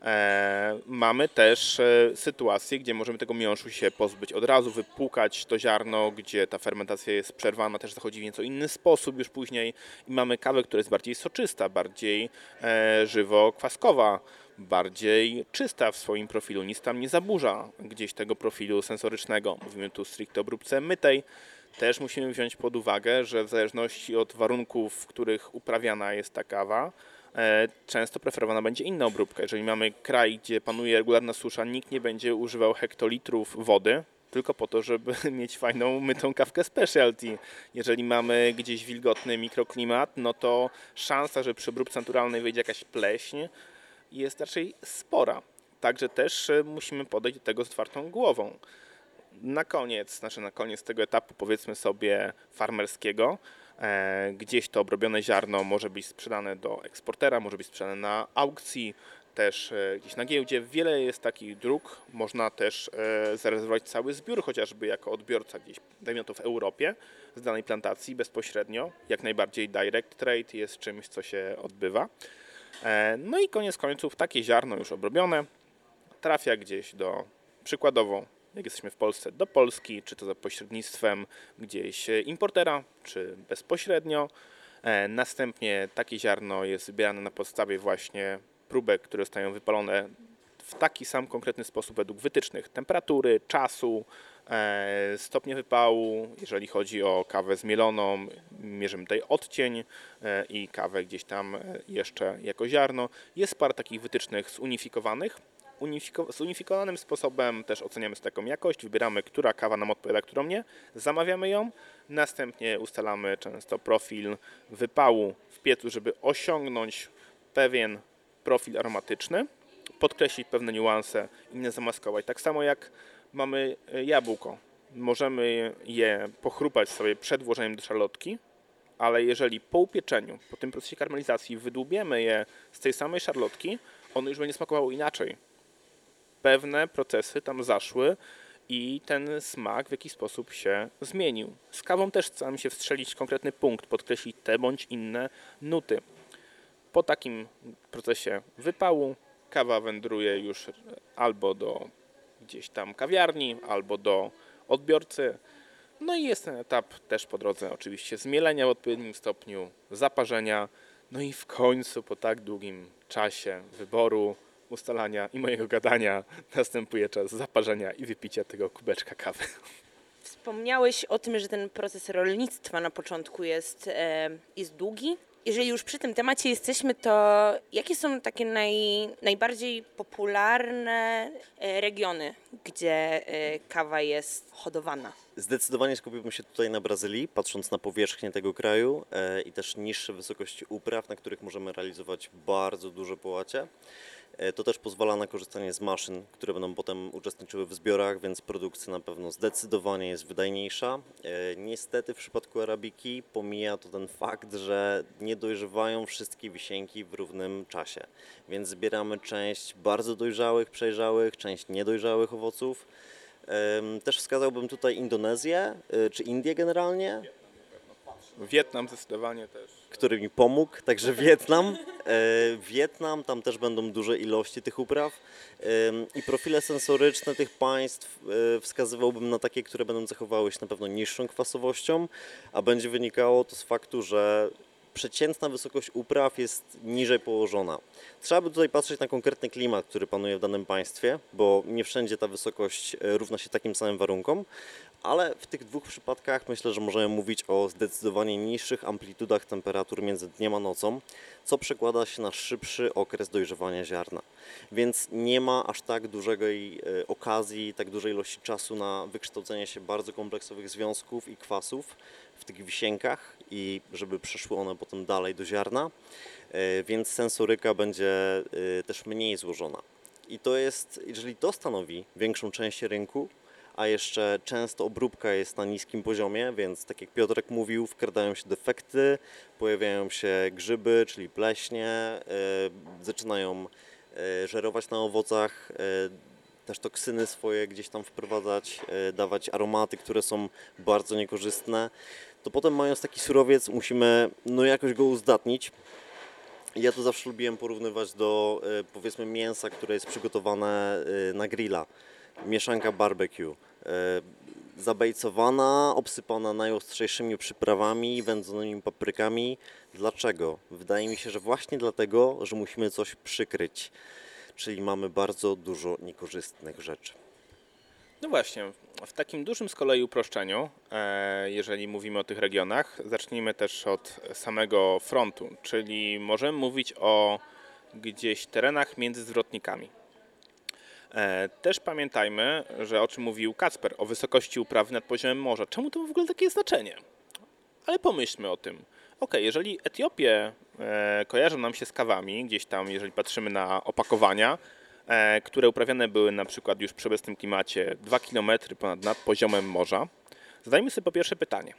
S3: Mamy też sytuację, gdzie możemy tego miąższu się pozbyć od razu, wypłukać to ziarno, gdzie ta fermentacja jest przerwana, też zachodzi w nieco inny sposób już później i mamy kawę, która jest bardziej soczysta, bardziej żywo-kwaskowa, bardziej czysta w swoim profilu, nic tam nie zaburza gdzieś tego profilu sensorycznego. Mówimy tu stricte o obróbce mytej. Też musimy wziąć pod uwagę, że w zależności od warunków, w których uprawiana jest ta kawa, często preferowana będzie inna obróbka. Jeżeli mamy kraj, gdzie panuje regularna susza, nikt nie będzie używał hektolitrów wody, tylko po to, żeby mieć fajną, mytą kawkę specialty. Jeżeli mamy gdzieś wilgotny mikroklimat, no to szansa, że przy obróbce naturalnej wyjdzie jakaś pleśń, jest raczej spora. Także też musimy podejść do tego z otwartą głową. Na koniec tego etapu, powiedzmy sobie, farmerskiego, gdzieś to obrobione ziarno może być sprzedane do eksportera, może być sprzedane na aukcji, też gdzieś na giełdzie. Wiele jest takich dróg. Można też zarezerwować cały zbiór, chociażby jako odbiorca gdzieś, dajmy to w Europie, z danej plantacji bezpośrednio. Jak najbardziej direct trade jest czymś, co się odbywa. No i koniec końców takie ziarno już obrobione trafia gdzieś do, przykładowo, jak jesteśmy w Polsce, do Polski, czy to za pośrednictwem gdzieś importera, czy bezpośrednio. Następnie takie ziarno jest zbierane na podstawie właśnie próbek, które zostają wypalone w taki sam konkretny sposób według wytycznych temperatury, czasu, stopnia wypału. Jeżeli chodzi o kawę zmieloną, mierzymy tutaj odcień i kawę gdzieś tam jeszcze jako ziarno. Jest parę takich wytycznych zunifikowanych. Zunifikowanym sposobem też oceniamy sobie taką jakość, wybieramy, która kawa nam odpowiada, którą nie, zamawiamy ją, następnie ustalamy często profil wypału w piecu, żeby osiągnąć pewien profil aromatyczny, podkreślić pewne niuanse, inne zamaskować. Tak samo jak mamy jabłko, możemy je pochrupać sobie przed włożeniem do szarlotki, ale jeżeli po upieczeniu, po tym procesie karmelizacji wydłubiemy je z tej samej szarlotki, ono już będzie smakowało inaczej. Pewne procesy tam zaszły i ten smak w jakiś sposób się zmienił. Z kawą też staramy się wstrzelić konkretny punkt, podkreślić te bądź inne nuty. Po takim procesie wypału kawa wędruje już albo do gdzieś tam kawiarni, albo do odbiorcy. No i jest ten etap też po drodze oczywiście zmielenia w odpowiednim stopniu, zaparzenia, no i w końcu po tak długim czasie wyboru, ustalania i mojego gadania następuje czas zaparzenia i wypicia tego kubeczka kawy.
S1: Wspomniałeś o tym, że ten proces rolnictwa na początku jest długi. Jeżeli już przy tym temacie jesteśmy, to jakie są takie najbardziej popularne regiony, gdzie kawa jest hodowana?
S2: Zdecydowanie skupiłbym się tutaj na Brazylii, patrząc na powierzchnię tego kraju i też niższe wysokości upraw, na których możemy realizować bardzo duże połacie. To też pozwala na korzystanie z maszyn, które będą potem uczestniczyły w zbiorach, więc produkcja na pewno zdecydowanie jest wydajniejsza. Niestety w przypadku arabiki pomija to ten fakt, że nie dojrzewają wszystkie wisienki w równym czasie, więc zbieramy część bardzo dojrzałych, przejrzałych, część niedojrzałych owoców. Też wskazałbym tutaj Indonezję, czy Indię generalnie,
S3: Wietnam zdecydowanie też.
S2: który mi pomógł, także Wietnam. Wietnam, tam też będą duże ilości tych upraw i profile sensoryczne tych państw wskazywałbym na takie, które będą cechowały się na pewno niższą kwasowością, a będzie wynikało to z faktu, że przeciętna wysokość upraw jest niżej położona. Trzeba by tutaj patrzeć na konkretny klimat, który panuje w danym państwie, bo nie wszędzie ta wysokość równa się takim samym warunkom, ale w tych dwóch przypadkach myślę, że możemy mówić o zdecydowanie niższych amplitudach temperatur między dniem a nocą, co przekłada się na szybszy okres dojrzewania ziarna. Więc nie ma aż tak dużej okazji, tak dużej ilości czasu na wykształcenie się bardzo kompleksowych związków i kwasów w tych wisienkach i żeby przeszły one potem dalej do ziarna, więc sensoryka będzie też mniej złożona. I to jest, jeżeli to stanowi większą część rynku, a jeszcze często obróbka jest na niskim poziomie, więc tak jak Piotrek mówił, wkradają się defekty, pojawiają się grzyby, czyli pleśnie, zaczynają żerować na owocach, też toksyny swoje gdzieś tam wprowadzać, dawać aromaty, które są bardzo niekorzystne, to potem mając taki surowiec musimy jakoś go uzdatnić. Ja to zawsze lubiłem porównywać do powiedzmy mięsa, które jest przygotowane na grilla. Mieszanka barbecue, zabejcowana, obsypana najostrzejszymi przyprawami, wędzonymi paprykami. Dlaczego? Wydaje mi się, że właśnie dlatego, że musimy coś przykryć, czyli mamy bardzo dużo niekorzystnych rzeczy.
S3: No właśnie, w takim dużym z kolei uproszczeniu, jeżeli mówimy o tych regionach, zacznijmy też od samego frontu, czyli możemy mówić o gdzieś terenach między zwrotnikami. Też pamiętajmy, że o czym mówił Kacper, o wysokości uprawy nad poziomem morza. Czemu to w ogóle takie znaczenie? Ale pomyślmy o tym. Jeżeli Etiopię kojarzą nam się z kawami, gdzieś tam, jeżeli patrzymy na opakowania, które uprawiane były na przykład już przy obecnym klimacie 2 km nad poziomem morza, zadajmy sobie po pierwsze pytanie.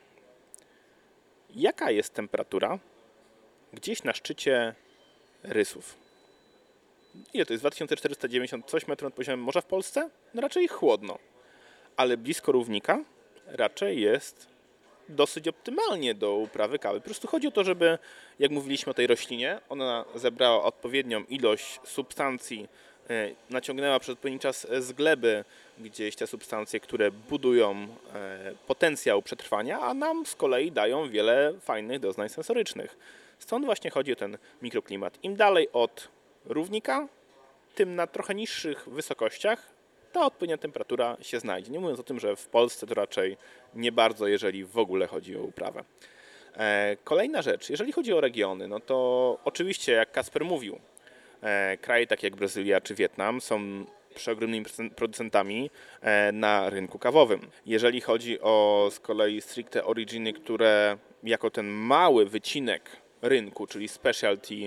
S3: Jaka jest temperatura gdzieś na szczycie rysów? Ile to jest? 2490 coś metrów nad poziomem morza w Polsce? No raczej chłodno. Ale blisko równika raczej jest dosyć optymalnie do uprawy kawy. Po prostu chodzi o to, żeby, jak mówiliśmy o tej roślinie, ona zebrała odpowiednią ilość substancji, naciągnęła przez odpowiedni czas z gleby gdzieś te substancje, które budują potencjał przetrwania, a nam z kolei dają wiele fajnych doznań sensorycznych. Stąd właśnie chodzi o ten mikroklimat. Im dalej od równika, tym na trochę niższych wysokościach ta odpowiednia temperatura się znajdzie. Nie mówiąc o tym, że w Polsce to raczej nie bardzo, jeżeli w ogóle chodzi o uprawę. Kolejna rzecz, jeżeli chodzi o regiony, no to oczywiście, jak Kacper mówił, kraje takie jak Brazylia czy Wietnam są przeogromnymi producentami na rynku kawowym. Jeżeli chodzi o z kolei stricte originy, które jako ten mały wycinek rynku, czyli specialty,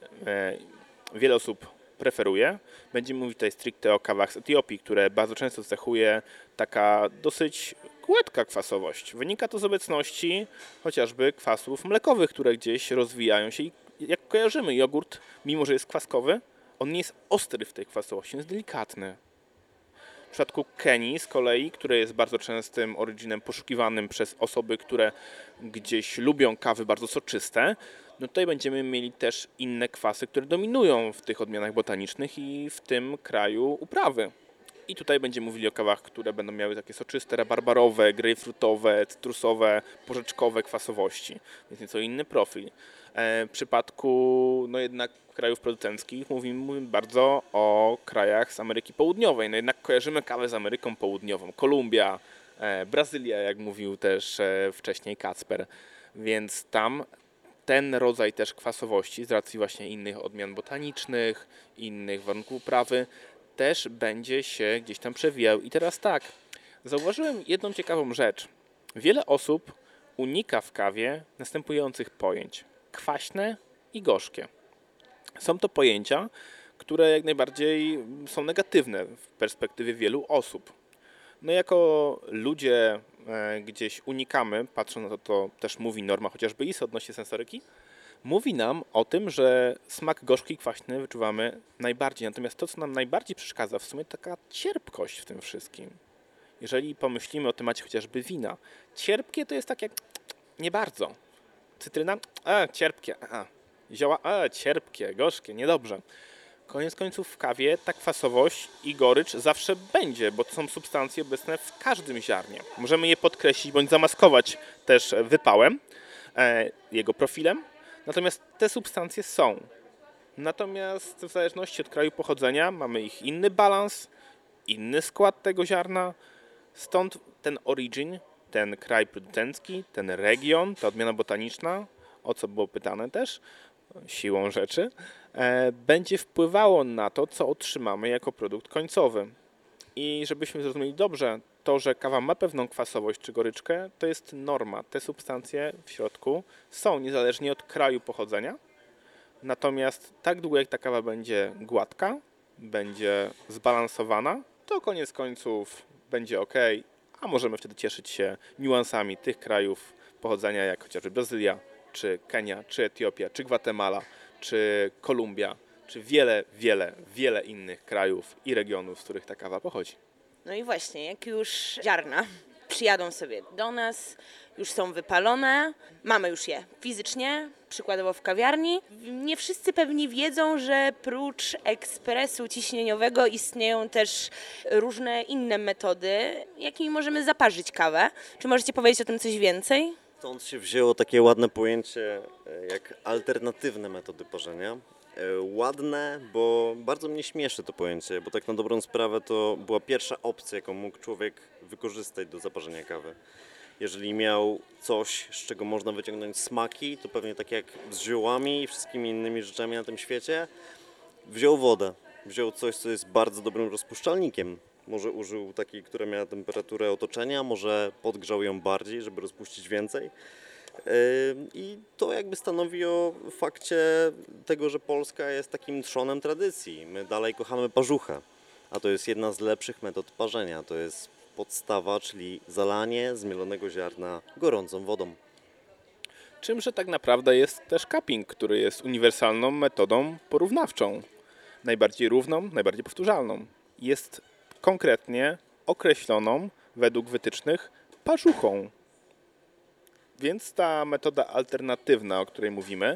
S3: wiele osób preferuje. Będziemy mówić tutaj stricte o kawach z Etiopii, które bardzo często cechuje taka dosyć gładka kwasowość. Wynika to z obecności chociażby kwasów mlekowych, które gdzieś rozwijają się. I jak kojarzymy jogurt, mimo że jest kwaskowy, on nie jest ostry w tej kwasowości, on jest delikatny. W przypadku Kenii z kolei, które jest bardzo częstym originem poszukiwanym przez osoby, które gdzieś lubią kawy bardzo soczyste, no tutaj będziemy mieli też inne kwasy, które dominują w tych odmianach botanicznych i w tym kraju uprawy. I tutaj będziemy mówili o kawach, które będą miały takie soczyste, rabarbarowe, grejpfrutowe, cytrusowe, porzeczkowe kwasowości, więc nieco inny profil. W przypadku jednak krajów producenckich mówimy bardzo o krajach z Ameryki Południowej. No jednak kojarzymy kawę z Ameryką Południową. Kolumbia, Brazylia, jak mówił też wcześniej Kacper. Więc tam ten rodzaj też kwasowości z racji właśnie innych odmian botanicznych, innych warunków uprawy też będzie się gdzieś tam przewijał. I teraz tak, zauważyłem jedną ciekawą rzecz. Wiele osób unika w kawie następujących pojęć: kwaśne i gorzkie. Są to pojęcia, które jak najbardziej są negatywne w perspektywie wielu osób. No jako ludzie gdzieś unikamy, patrząc na to, to też mówi norma chociażby ISO odnośnie sensoryki, mówi nam o tym, że smak gorzki i kwaśny wyczuwamy najbardziej. Natomiast to, co nam najbardziej przeszkadza, w sumie taka cierpkość w tym wszystkim. Jeżeli pomyślimy o temacie chociażby wina, cierpkie to jest takie nie bardzo. Cytryna? Cierpkie. Zioła? Cierpkie, gorzkie, niedobrze. Koniec końców w kawie ta kwasowość i gorycz zawsze będzie, bo to są substancje obecne w każdym ziarnie. Możemy je podkreślić bądź zamaskować też wypałem, jego profilem, natomiast te substancje są. Natomiast w zależności od kraju pochodzenia mamy ich inny balans, inny skład tego ziarna, stąd ten origin, ten kraj producencki, ten region, ta odmiana botaniczna, o co było pytane też, siłą rzeczy, będzie wpływało na to, co otrzymamy jako produkt końcowy. I żebyśmy zrozumieli dobrze, to, że kawa ma pewną kwasowość czy goryczkę, to jest norma. Te substancje w środku są niezależnie od kraju pochodzenia. Natomiast tak długo jak ta kawa będzie gładka, będzie zbalansowana, to koniec końców będzie ok, a możemy wtedy cieszyć się niuansami tych krajów pochodzenia, jak chociażby Brazylia, czy Kenia, czy Etiopia, czy Gwatemala, czy Kolumbia, czy wiele innych krajów i regionów, z których ta kawa pochodzi.
S1: No i właśnie, jak już ziarna przyjadą sobie do nas, już są wypalone, mamy już je fizycznie, przykładowo w kawiarni. Nie wszyscy pewnie wiedzą, że prócz ekspresu ciśnieniowego istnieją też różne inne metody, jakimi możemy zaparzyć kawę. Czy możecie powiedzieć o tym coś więcej?
S2: Stąd się wzięło takie ładne pojęcie jak alternatywne metody parzenia. Ładne, bo bardzo mnie śmieszy to pojęcie, bo tak na dobrą sprawę to była pierwsza opcja, jaką mógł człowiek wykorzystać do zaparzenia kawy. Jeżeli miał coś, z czego można wyciągnąć smaki, to pewnie tak jak z ziołami i wszystkimi innymi rzeczami na tym świecie, wziął wodę, wziął coś, co jest bardzo dobrym rozpuszczalnikiem. Może użył takiej, która miała temperaturę otoczenia, może podgrzał ją bardziej, żeby rozpuścić więcej. I to jakby stanowi o fakcie tego, że Polska jest takim trzonem tradycji. My dalej kochamy parzuchę, a to jest jedna z lepszych metod parzenia. To jest podstawa, czyli zalanie zmielonego ziarna gorącą wodą.
S3: Czymże tak naprawdę jest też cupping, który jest uniwersalną metodą porównawczą. Najbardziej równą, najbardziej powtarzalną. Jest konkretnie określoną według wytycznych parzuchą. Więc ta metoda alternatywna, o której mówimy,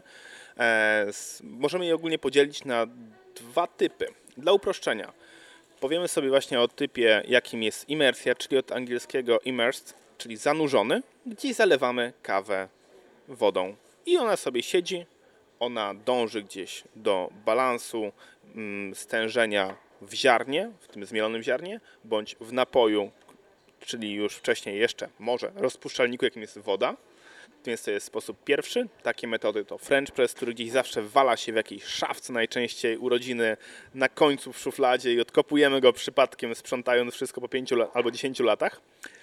S3: możemy je ogólnie podzielić na dwa typy. Dla uproszczenia powiemy sobie właśnie o typie, jakim jest imersja, czyli od angielskiego immersed, czyli zanurzony, gdzie zalewamy kawę wodą i ona sobie siedzi, ona dąży gdzieś do balansu stężenia w ziarnie, w tym zmielonym ziarnie, bądź w napoju, czyli już wcześniej jeszcze może rozpuszczalniku, jakim jest woda. Więc to jest sposób pierwszy. Takie metody to French press, który gdzieś zawsze wala się w jakiejś szafce, najczęściej urodziny na końcu w szufladzie i odkopujemy go przypadkiem, sprzątając wszystko po 5 albo 10 latach.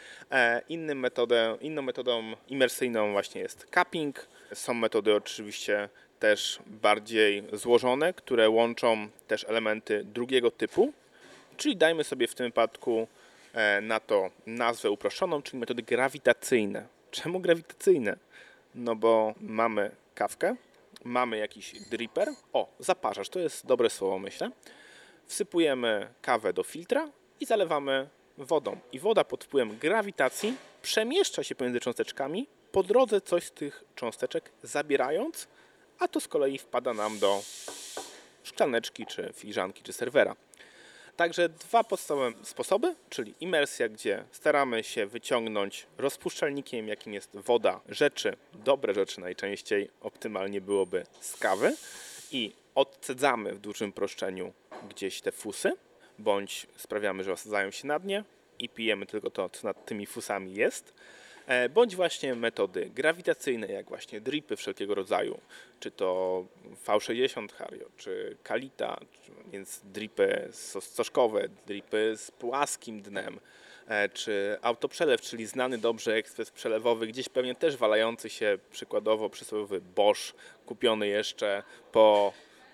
S3: Inną metodą imersyjną właśnie jest cupping. Są metody oczywiście też bardziej złożone, które łączą też elementy drugiego typu, czyli dajmy sobie w tym wypadku na to nazwę uproszczoną, czyli metody grawitacyjne. Czemu grawitacyjne? No bo mamy kawkę, mamy jakiś dripper, zaparzacz, to jest dobre słowo myślę. Wsypujemy kawę do filtra i zalewamy wodą. I woda pod wpływem grawitacji przemieszcza się pomiędzy cząsteczkami, po drodze coś z tych cząsteczek zabierając, a to z kolei wpada nam do szklaneczki, czy filiżanki, czy serwera. Także dwa podstawowe sposoby, czyli imersja, gdzie staramy się wyciągnąć rozpuszczalnikiem, jakim jest woda, dobre rzeczy najczęściej, optymalnie byłoby z kawy i odcedzamy w dużym proszczeniu gdzieś te fusy, bądź sprawiamy, że osadzają się na dnie i pijemy tylko to, co nad tymi fusami jest, bądź właśnie metody grawitacyjne, jak właśnie dripy wszelkiego rodzaju, czy to V60 Hario, czy Kalita, więc dripy stożkowe, dripy z płaskim dnem, czy autoprzelew, czyli znany dobrze ekspres przelewowy, gdzieś pewnie też walający się przykładowo przysłowiowy Bosch, kupiony jeszcze po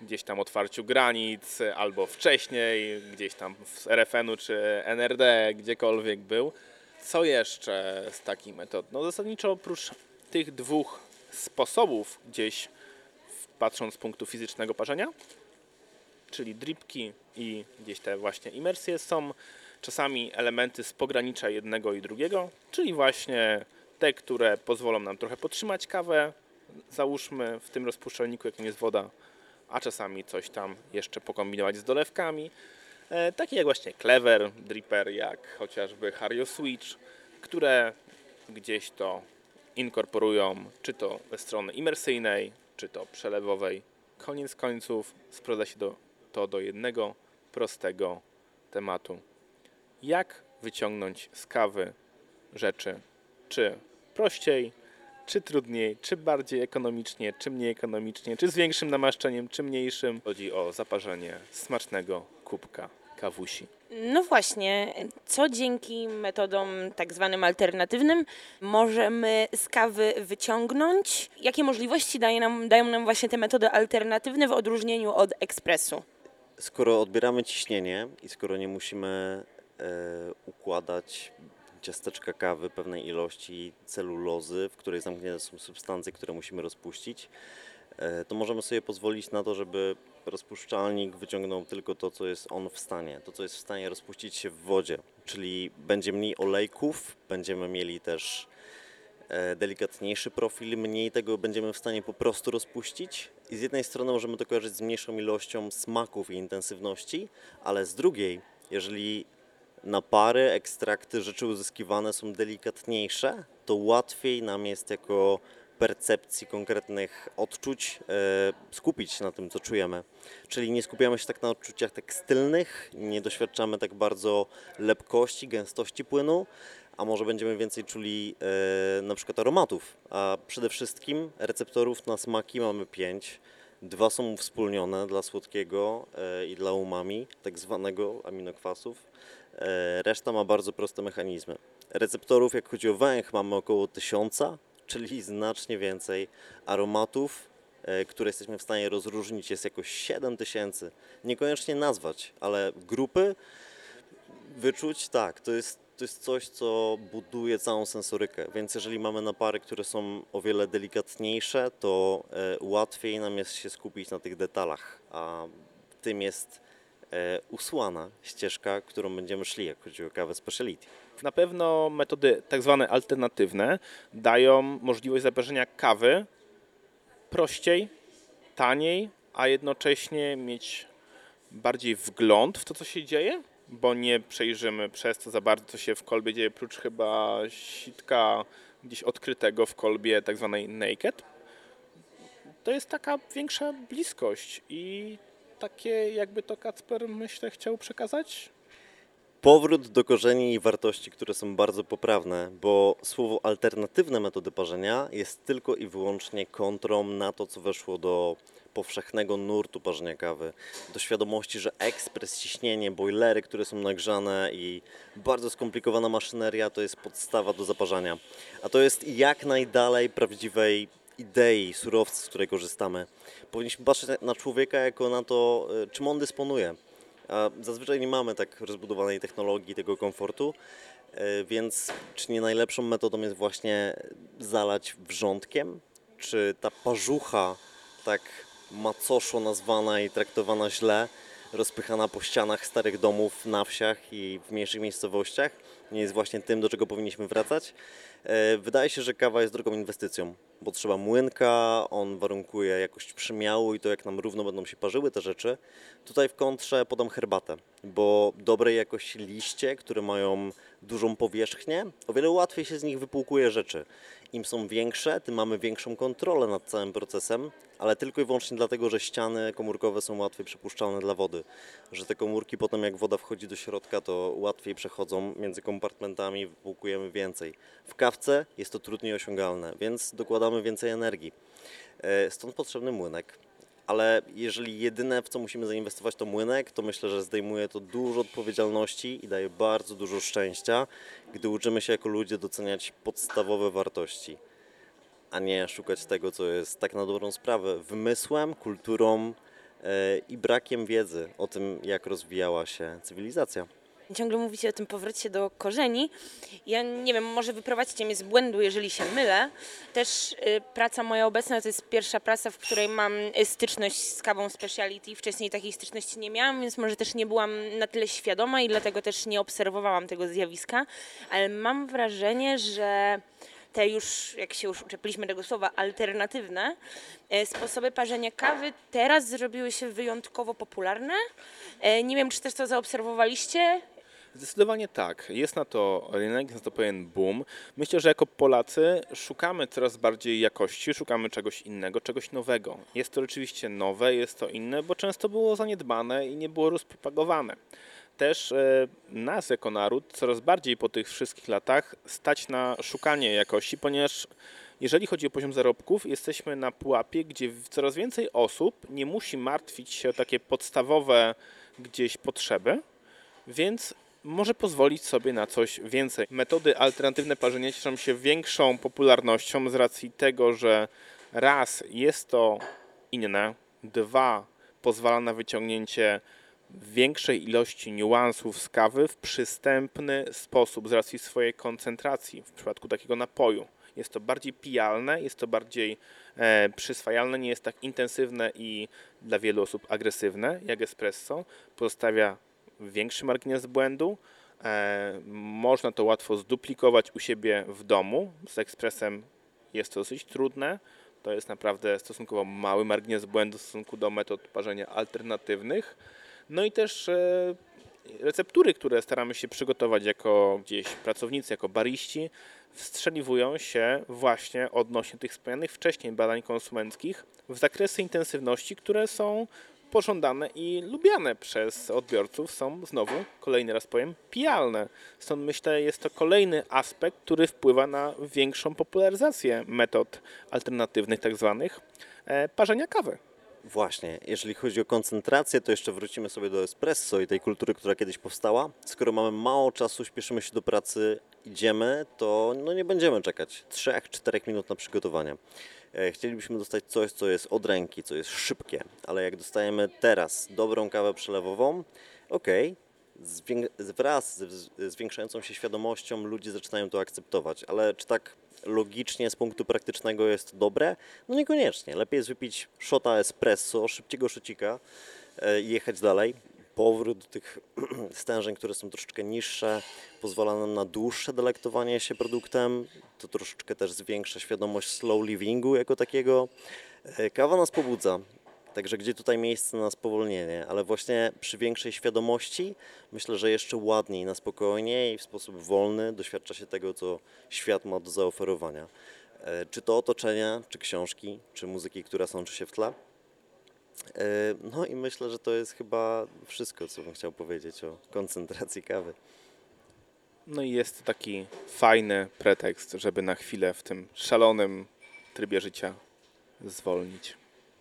S3: gdzieś tam otwarciu granic, albo wcześniej, gdzieś tam z RFN-u czy NRD, gdziekolwiek był. Co jeszcze z takich metod? No zasadniczo oprócz tych dwóch sposobów gdzieś patrząc z punktu fizycznego parzenia, czyli dripki i gdzieś te właśnie imersje, są czasami elementy z pogranicza jednego i drugiego, czyli właśnie te, które pozwolą nam trochę podtrzymać kawę, załóżmy w tym rozpuszczalniku, jakim jest woda, a czasami coś tam jeszcze pokombinować z dolewkami, takie jak właśnie Clever Dripper, jak chociażby Hario Switch, które gdzieś to inkorporują, czy to ze strony imersyjnej, czy to przelewowej. Koniec końców sprowadza się to do jednego prostego tematu. Jak wyciągnąć z kawy rzeczy, czy prościej, czy trudniej, czy bardziej ekonomicznie, czy mniej ekonomicznie, czy z większym namaszczeniem, czy mniejszym. Chodzi o zaparzenie smacznego kubka kawusi.
S1: No właśnie, co dzięki metodom tak zwanym alternatywnym możemy z kawy wyciągnąć? Jakie możliwości dają nam właśnie te metody alternatywne w odróżnieniu od ekspresu?
S2: Skoro odbieramy ciśnienie i skoro nie musimy układać ciasteczka kawy pewnej ilości celulozy, w której zamknięte są substancje, które musimy rozpuścić, to możemy sobie pozwolić na to, żeby rozpuszczalnik wyciągnął tylko to, co jest on w stanie, to, co jest w stanie rozpuścić się w wodzie, czyli będzie mniej olejków, będziemy mieli też delikatniejszy profil, mniej tego będziemy w stanie po prostu rozpuścić i z jednej strony możemy to kojarzyć z mniejszą ilością smaków i intensywności, ale z drugiej, jeżeli napary, ekstrakty, rzeczy uzyskiwane są delikatniejsze, to łatwiej nam jest jako percepcji konkretnych odczuć skupić się na tym, co czujemy. Czyli nie skupiamy się tak na odczuciach tekstylnych, nie doświadczamy tak bardzo lepkości, gęstości płynu, a może będziemy więcej czuli na przykład aromatów. A przede wszystkim receptorów na smaki mamy 5. 2 są uwspólnione dla słodkiego i dla umami, tak zwanego aminokwasów. Reszta ma bardzo proste mechanizmy. Receptorów, jak chodzi o węch, mamy około 1000, czyli znacznie więcej. Aromatów, które jesteśmy w stanie rozróżnić, jest jakoś 7000. Niekoniecznie nazwać, ale grupy wyczuć, tak, to jest coś, co buduje całą sensorykę, więc jeżeli mamy napary, które są o wiele delikatniejsze, to łatwiej nam jest się skupić na tych detalach, a tym jest usłana ścieżka, którą będziemy szli, jak chodzi o kawę speciality.
S3: Na pewno metody tak zwane alternatywne dają możliwość zaparzenia kawy prościej, taniej, a jednocześnie mieć bardziej wgląd w to, co się dzieje, bo nie przejrzymy przez to za bardzo, co się w kolbie dzieje, prócz chyba sitka gdzieś odkrytego w kolbie tak zwanej naked. To jest taka większa bliskość i takie jakby to Kacper, myślę, chciał przekazać.
S2: Powrót do korzeni i wartości, które są bardzo poprawne, bo słowo alternatywne metody parzenia jest tylko i wyłącznie kontrą na to, co weszło do powszechnego nurtu parzenia kawy, do świadomości, że ekspres, ciśnienie, bojlery, które są nagrzane i bardzo skomplikowana maszyneria to jest podstawa do zaparzania. A to jest jak najdalej prawdziwej idei, surowca, z której korzystamy. Powinniśmy patrzeć na człowieka jako na to, czym on dysponuje. A zazwyczaj nie mamy tak rozbudowanej technologii, tego komfortu, więc czy nie najlepszą metodą jest właśnie zalać wrzątkiem? Czy ta parzucha, tak macoszo nazwana i traktowana źle, rozpychana po ścianach starych domów na wsiach i w mniejszych miejscowościach, nie jest właśnie tym, do czego powinniśmy wracać? Wydaje się, że kawa jest drogą inwestycją, bo trzeba młynka, on warunkuje jakość przemiału i to, jak nam równo będą się parzyły te rzeczy. Tutaj w kontrze podam herbatę, bo dobrej jakości liście, które mają dużą powierzchnię, o wiele łatwiej się z nich wypłukuje rzeczy. Im są większe, tym mamy większą kontrolę nad całym procesem, ale tylko i wyłącznie dlatego, że ściany komórkowe są łatwiej przepuszczalne dla wody. Że te komórki potem, jak woda wchodzi do środka, to łatwiej przechodzą między kompartmentami, wypłukujemy więcej. W kawce jest to trudniej osiągalne, więc dokładamy więcej energii. Stąd potrzebny młynek. Ale jeżeli jedyne, w co musimy zainwestować, to młynek, to myślę, że zdejmuje to dużo odpowiedzialności i daje bardzo dużo szczęścia, gdy uczymy się jako ludzie doceniać podstawowe wartości, a nie szukać tego, co jest tak na dobrą sprawę wymysłem, kulturą i brakiem wiedzy o tym, jak rozwijała się cywilizacja.
S1: Ciągle mówicie o tym powrocie do korzeni. Ja nie wiem, może wyprowadźcie mnie z błędu, jeżeli się mylę. Też praca moja obecna to jest pierwsza praca, w której mam styczność z kawą speciality. Wcześniej takiej styczności nie miałam, więc może też nie byłam na tyle świadoma i dlatego też nie obserwowałam tego zjawiska. Ale mam wrażenie, że te już, jak się już uczepiliśmy tego słowa, alternatywne sposoby parzenia kawy teraz zrobiły się wyjątkowo popularne. Nie wiem, czy też to zaobserwowaliście.
S3: Zdecydowanie tak. Jest na to rynek, jest na to pewien boom. Myślę, że jako Polacy szukamy coraz bardziej jakości, szukamy czegoś innego, czegoś nowego. Jest to rzeczywiście nowe, jest to inne, bo często było zaniedbane i nie było rozpropagowane. Też nas jako naród coraz bardziej po tych wszystkich latach stać na szukanie jakości, ponieważ jeżeli chodzi o poziom zarobków, jesteśmy na pułapie, gdzie coraz więcej osób nie musi martwić się o takie podstawowe gdzieś potrzeby, więc może pozwolić sobie na coś więcej. Metody alternatywne parzenia cieszą się większą popularnością z racji tego, że raz jest to inne, dwa pozwala na wyciągnięcie większej ilości niuansów z kawy w przystępny sposób z racji swojej koncentracji w przypadku takiego napoju. Jest to bardziej pijalne, jest to bardziej przyswajalne, nie jest tak intensywne i dla wielu osób agresywne jak espresso. Pozostawia większy margines błędu. Można to łatwo zduplikować u siebie w domu. Z ekspresem jest to dosyć trudne. To jest naprawdę stosunkowo mały margines błędu w stosunku do metod parzenia alternatywnych. No i też receptury, które staramy się przygotować jako gdzieś pracownicy, jako bariści, wstrzeliwują się właśnie odnośnie tych wspomnianych wcześniej badań konsumenckich w zakresy intensywności, które są pożądane i lubiane przez odbiorców, są znowu, kolejny raz powiem, pijalne. Stąd myślę, jest to kolejny aspekt, który wpływa na większą popularyzację metod alternatywnych, tak zwanych, parzenia kawy.
S2: Właśnie, jeżeli chodzi o koncentrację, to jeszcze wrócimy sobie do espresso i tej kultury, która kiedyś powstała. Skoro mamy mało czasu, śpieszymy się do pracy, idziemy, to nie będziemy czekać 3-4 minut na przygotowanie. Chcielibyśmy dostać coś, co jest od ręki, co jest szybkie, ale jak dostajemy teraz dobrą kawę przelewową, okej, wraz ze zwiększającą się świadomością ludzie zaczynają to akceptować, ale czy tak logicznie z punktu praktycznego jest to dobre? No niekoniecznie. Lepiej jest wypić shota espresso, szybkiego szocika i jechać dalej. Powrót do tych stężeń, które są troszeczkę niższe, pozwala nam na dłuższe delektowanie się produktem. To troszeczkę też zwiększa świadomość slow livingu jako takiego. Kawa nas pobudza. Także gdzie tutaj miejsce na spowolnienie, ale właśnie przy większej świadomości myślę, że jeszcze ładniej, na spokojnie i w sposób wolny doświadcza się tego, co świat ma do zaoferowania. Czy to otoczenia, czy książki, czy muzyki, która sączy się w tle. No i myślę, że to jest chyba wszystko, co bym chciał powiedzieć o koncentracji kawy.
S3: No i jest to taki fajny pretekst, żeby na chwilę w tym szalonym trybie życia zwolnić.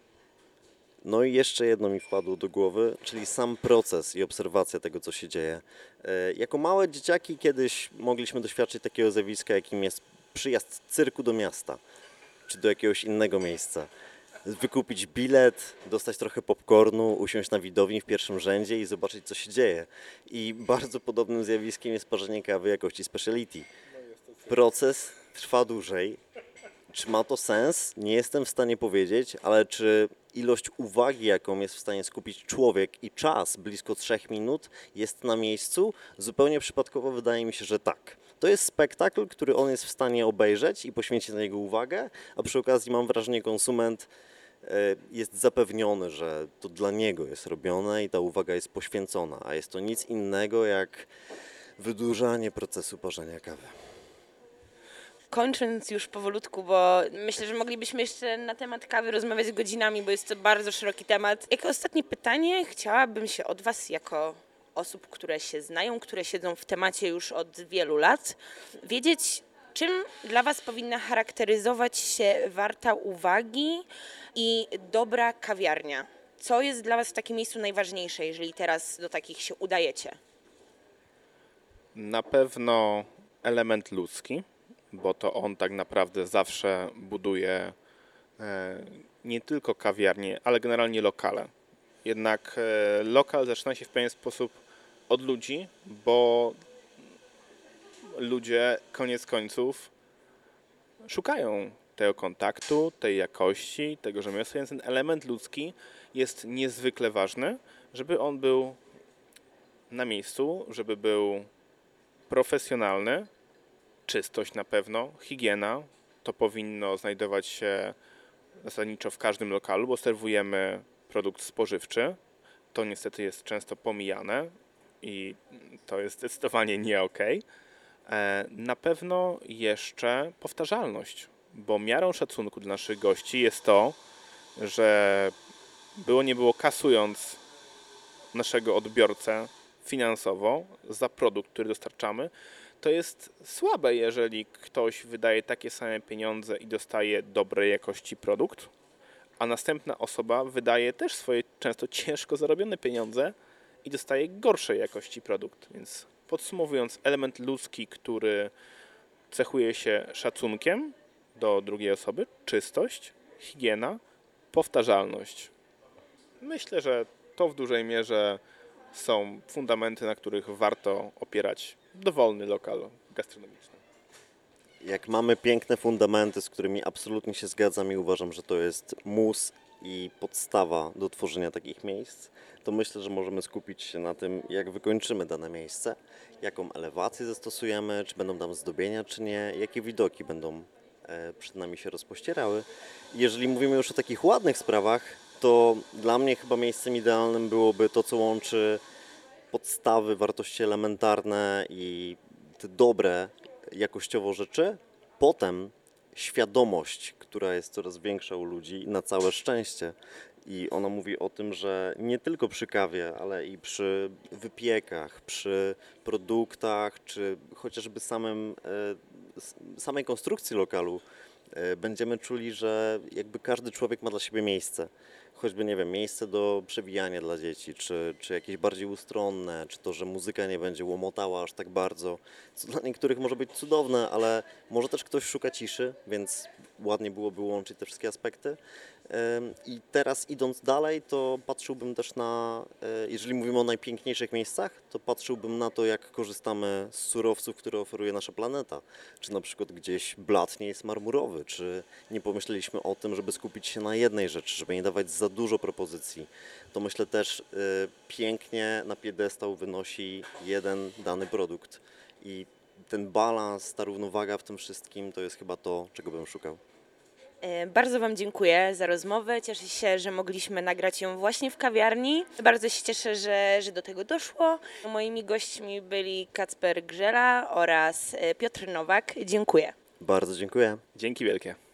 S2: No i jeszcze jedno mi wpadło do głowy, czyli sam proces i obserwacja tego, co się dzieje. Jako małe dzieciaki kiedyś mogliśmy doświadczyć takiego zjawiska, jakim jest przyjazd cyrku do miasta, czy do jakiegoś innego miejsca. Wykupić bilet, dostać trochę popcornu, usiąść na widowni w pierwszym rzędzie i zobaczyć, co się dzieje. I bardzo podobnym zjawiskiem jest parzenie kawy jakości speciality. Proces trwa dłużej. Czy ma to sens? Nie jestem w stanie powiedzieć, ale czy ilość uwagi, jaką jest w stanie skupić człowiek i czas blisko 3 minut jest na miejscu? Zupełnie przypadkowo wydaje mi się, że tak. To jest spektakl, który on jest w stanie obejrzeć i poświęcić na niego uwagę, a przy okazji mam wrażenie, konsument jest zapewniony, że to dla niego jest robione i ta uwaga jest poświęcona, a jest to nic innego jak wydłużanie procesu parzenia kawy.
S1: Kończąc już powolutku, bo myślę, że moglibyśmy jeszcze na temat kawy rozmawiać godzinami, bo jest to bardzo szeroki temat. Jako ostatnie pytanie chciałabym się od Was, jako osób, które się znają, które siedzą w temacie już od wielu lat, wiedzieć, czym dla Was powinna charakteryzować się warta uwagi i dobra kawiarnia? Co jest dla Was w takim miejscu najważniejsze, jeżeli teraz do takich się udajecie?
S3: Na pewno element ludzki, bo to on tak naprawdę zawsze buduje nie tylko kawiarnie, ale generalnie lokale. Jednak lokal zaczyna się w pewien sposób od ludzi, bo ludzie koniec końców szukają tego kontaktu, tej jakości, tego rzemiosła, więc ten element ludzki jest niezwykle ważny, żeby on był na miejscu, żeby był profesjonalny, czystość na pewno, higiena, to powinno znajdować się zasadniczo w każdym lokalu, bo serwujemy produkt spożywczy. To niestety jest często pomijane i to jest zdecydowanie nie okej. Na pewno jeszcze powtarzalność, bo miarą szacunku dla naszych gości jest to, że było nie było kasując naszego odbiorcę finansowo za produkt, który dostarczamy, to jest słabe, jeżeli ktoś wydaje takie same pieniądze i dostaje dobrej jakości produkt, a następna osoba wydaje też swoje często ciężko zarobione pieniądze i dostaje gorszej jakości produkt. Więc podsumowując, element ludzki, który cechuje się szacunkiem do drugiej osoby, czystość, higiena, powtarzalność. Myślę, że to w dużej mierze są fundamenty, na których warto opierać dowolny lokal gastronomiczny.
S2: Jak mamy piękne fundamenty, z którymi absolutnie się zgadzam i uważam, że to jest mus i podstawa do tworzenia takich miejsc, to myślę, że możemy skupić się na tym, jak wykończymy dane miejsce, jaką elewację zastosujemy, czy będą tam zdobienia, czy nie, jakie widoki będą przed nami się rozpościerały. Jeżeli mówimy już o takich ładnych sprawach, to dla mnie chyba miejscem idealnym byłoby to, co łączy podstawy, wartości elementarne i te dobre jakościowo rzeczy, potem świadomość, która jest coraz większa u ludzi, na całe szczęście. I ona mówi o tym, że nie tylko przy kawie, ale i przy wypiekach, przy produktach, czy chociażby samej konstrukcji lokalu będziemy czuli, że jakby każdy człowiek ma dla siebie miejsce. Choćby, nie wiem, miejsce do przewijania dla dzieci, czy jakieś bardziej ustronne, czy to, że muzyka nie będzie łomotała aż tak bardzo, co dla niektórych może być cudowne, ale może też ktoś szuka ciszy, więc ładnie byłoby łączyć te wszystkie aspekty. I teraz idąc dalej, to patrzyłbym też na, jeżeli mówimy o najpiękniejszych miejscach, to patrzyłbym na to, jak korzystamy z surowców, które oferuje nasza planeta. Czy na przykład gdzieś blat nie jest marmurowy, czy nie pomyśleliśmy o tym, żeby skupić się na jednej rzeczy, żeby nie dawać za dużo propozycji. To myślę też pięknie na piedestał wynosi jeden dany produkt. I ten balans, ta równowaga w tym wszystkim, to jest chyba to, czego bym szukał.
S1: Bardzo Wam dziękuję za rozmowę. Cieszę się, że mogliśmy nagrać ją właśnie w kawiarni. Bardzo się cieszę, że do tego doszło. Moimi gośćmi byli Kacper Grzela oraz Piotr Nowak. Dziękuję.
S2: Bardzo dziękuję.
S3: Dzięki wielkie.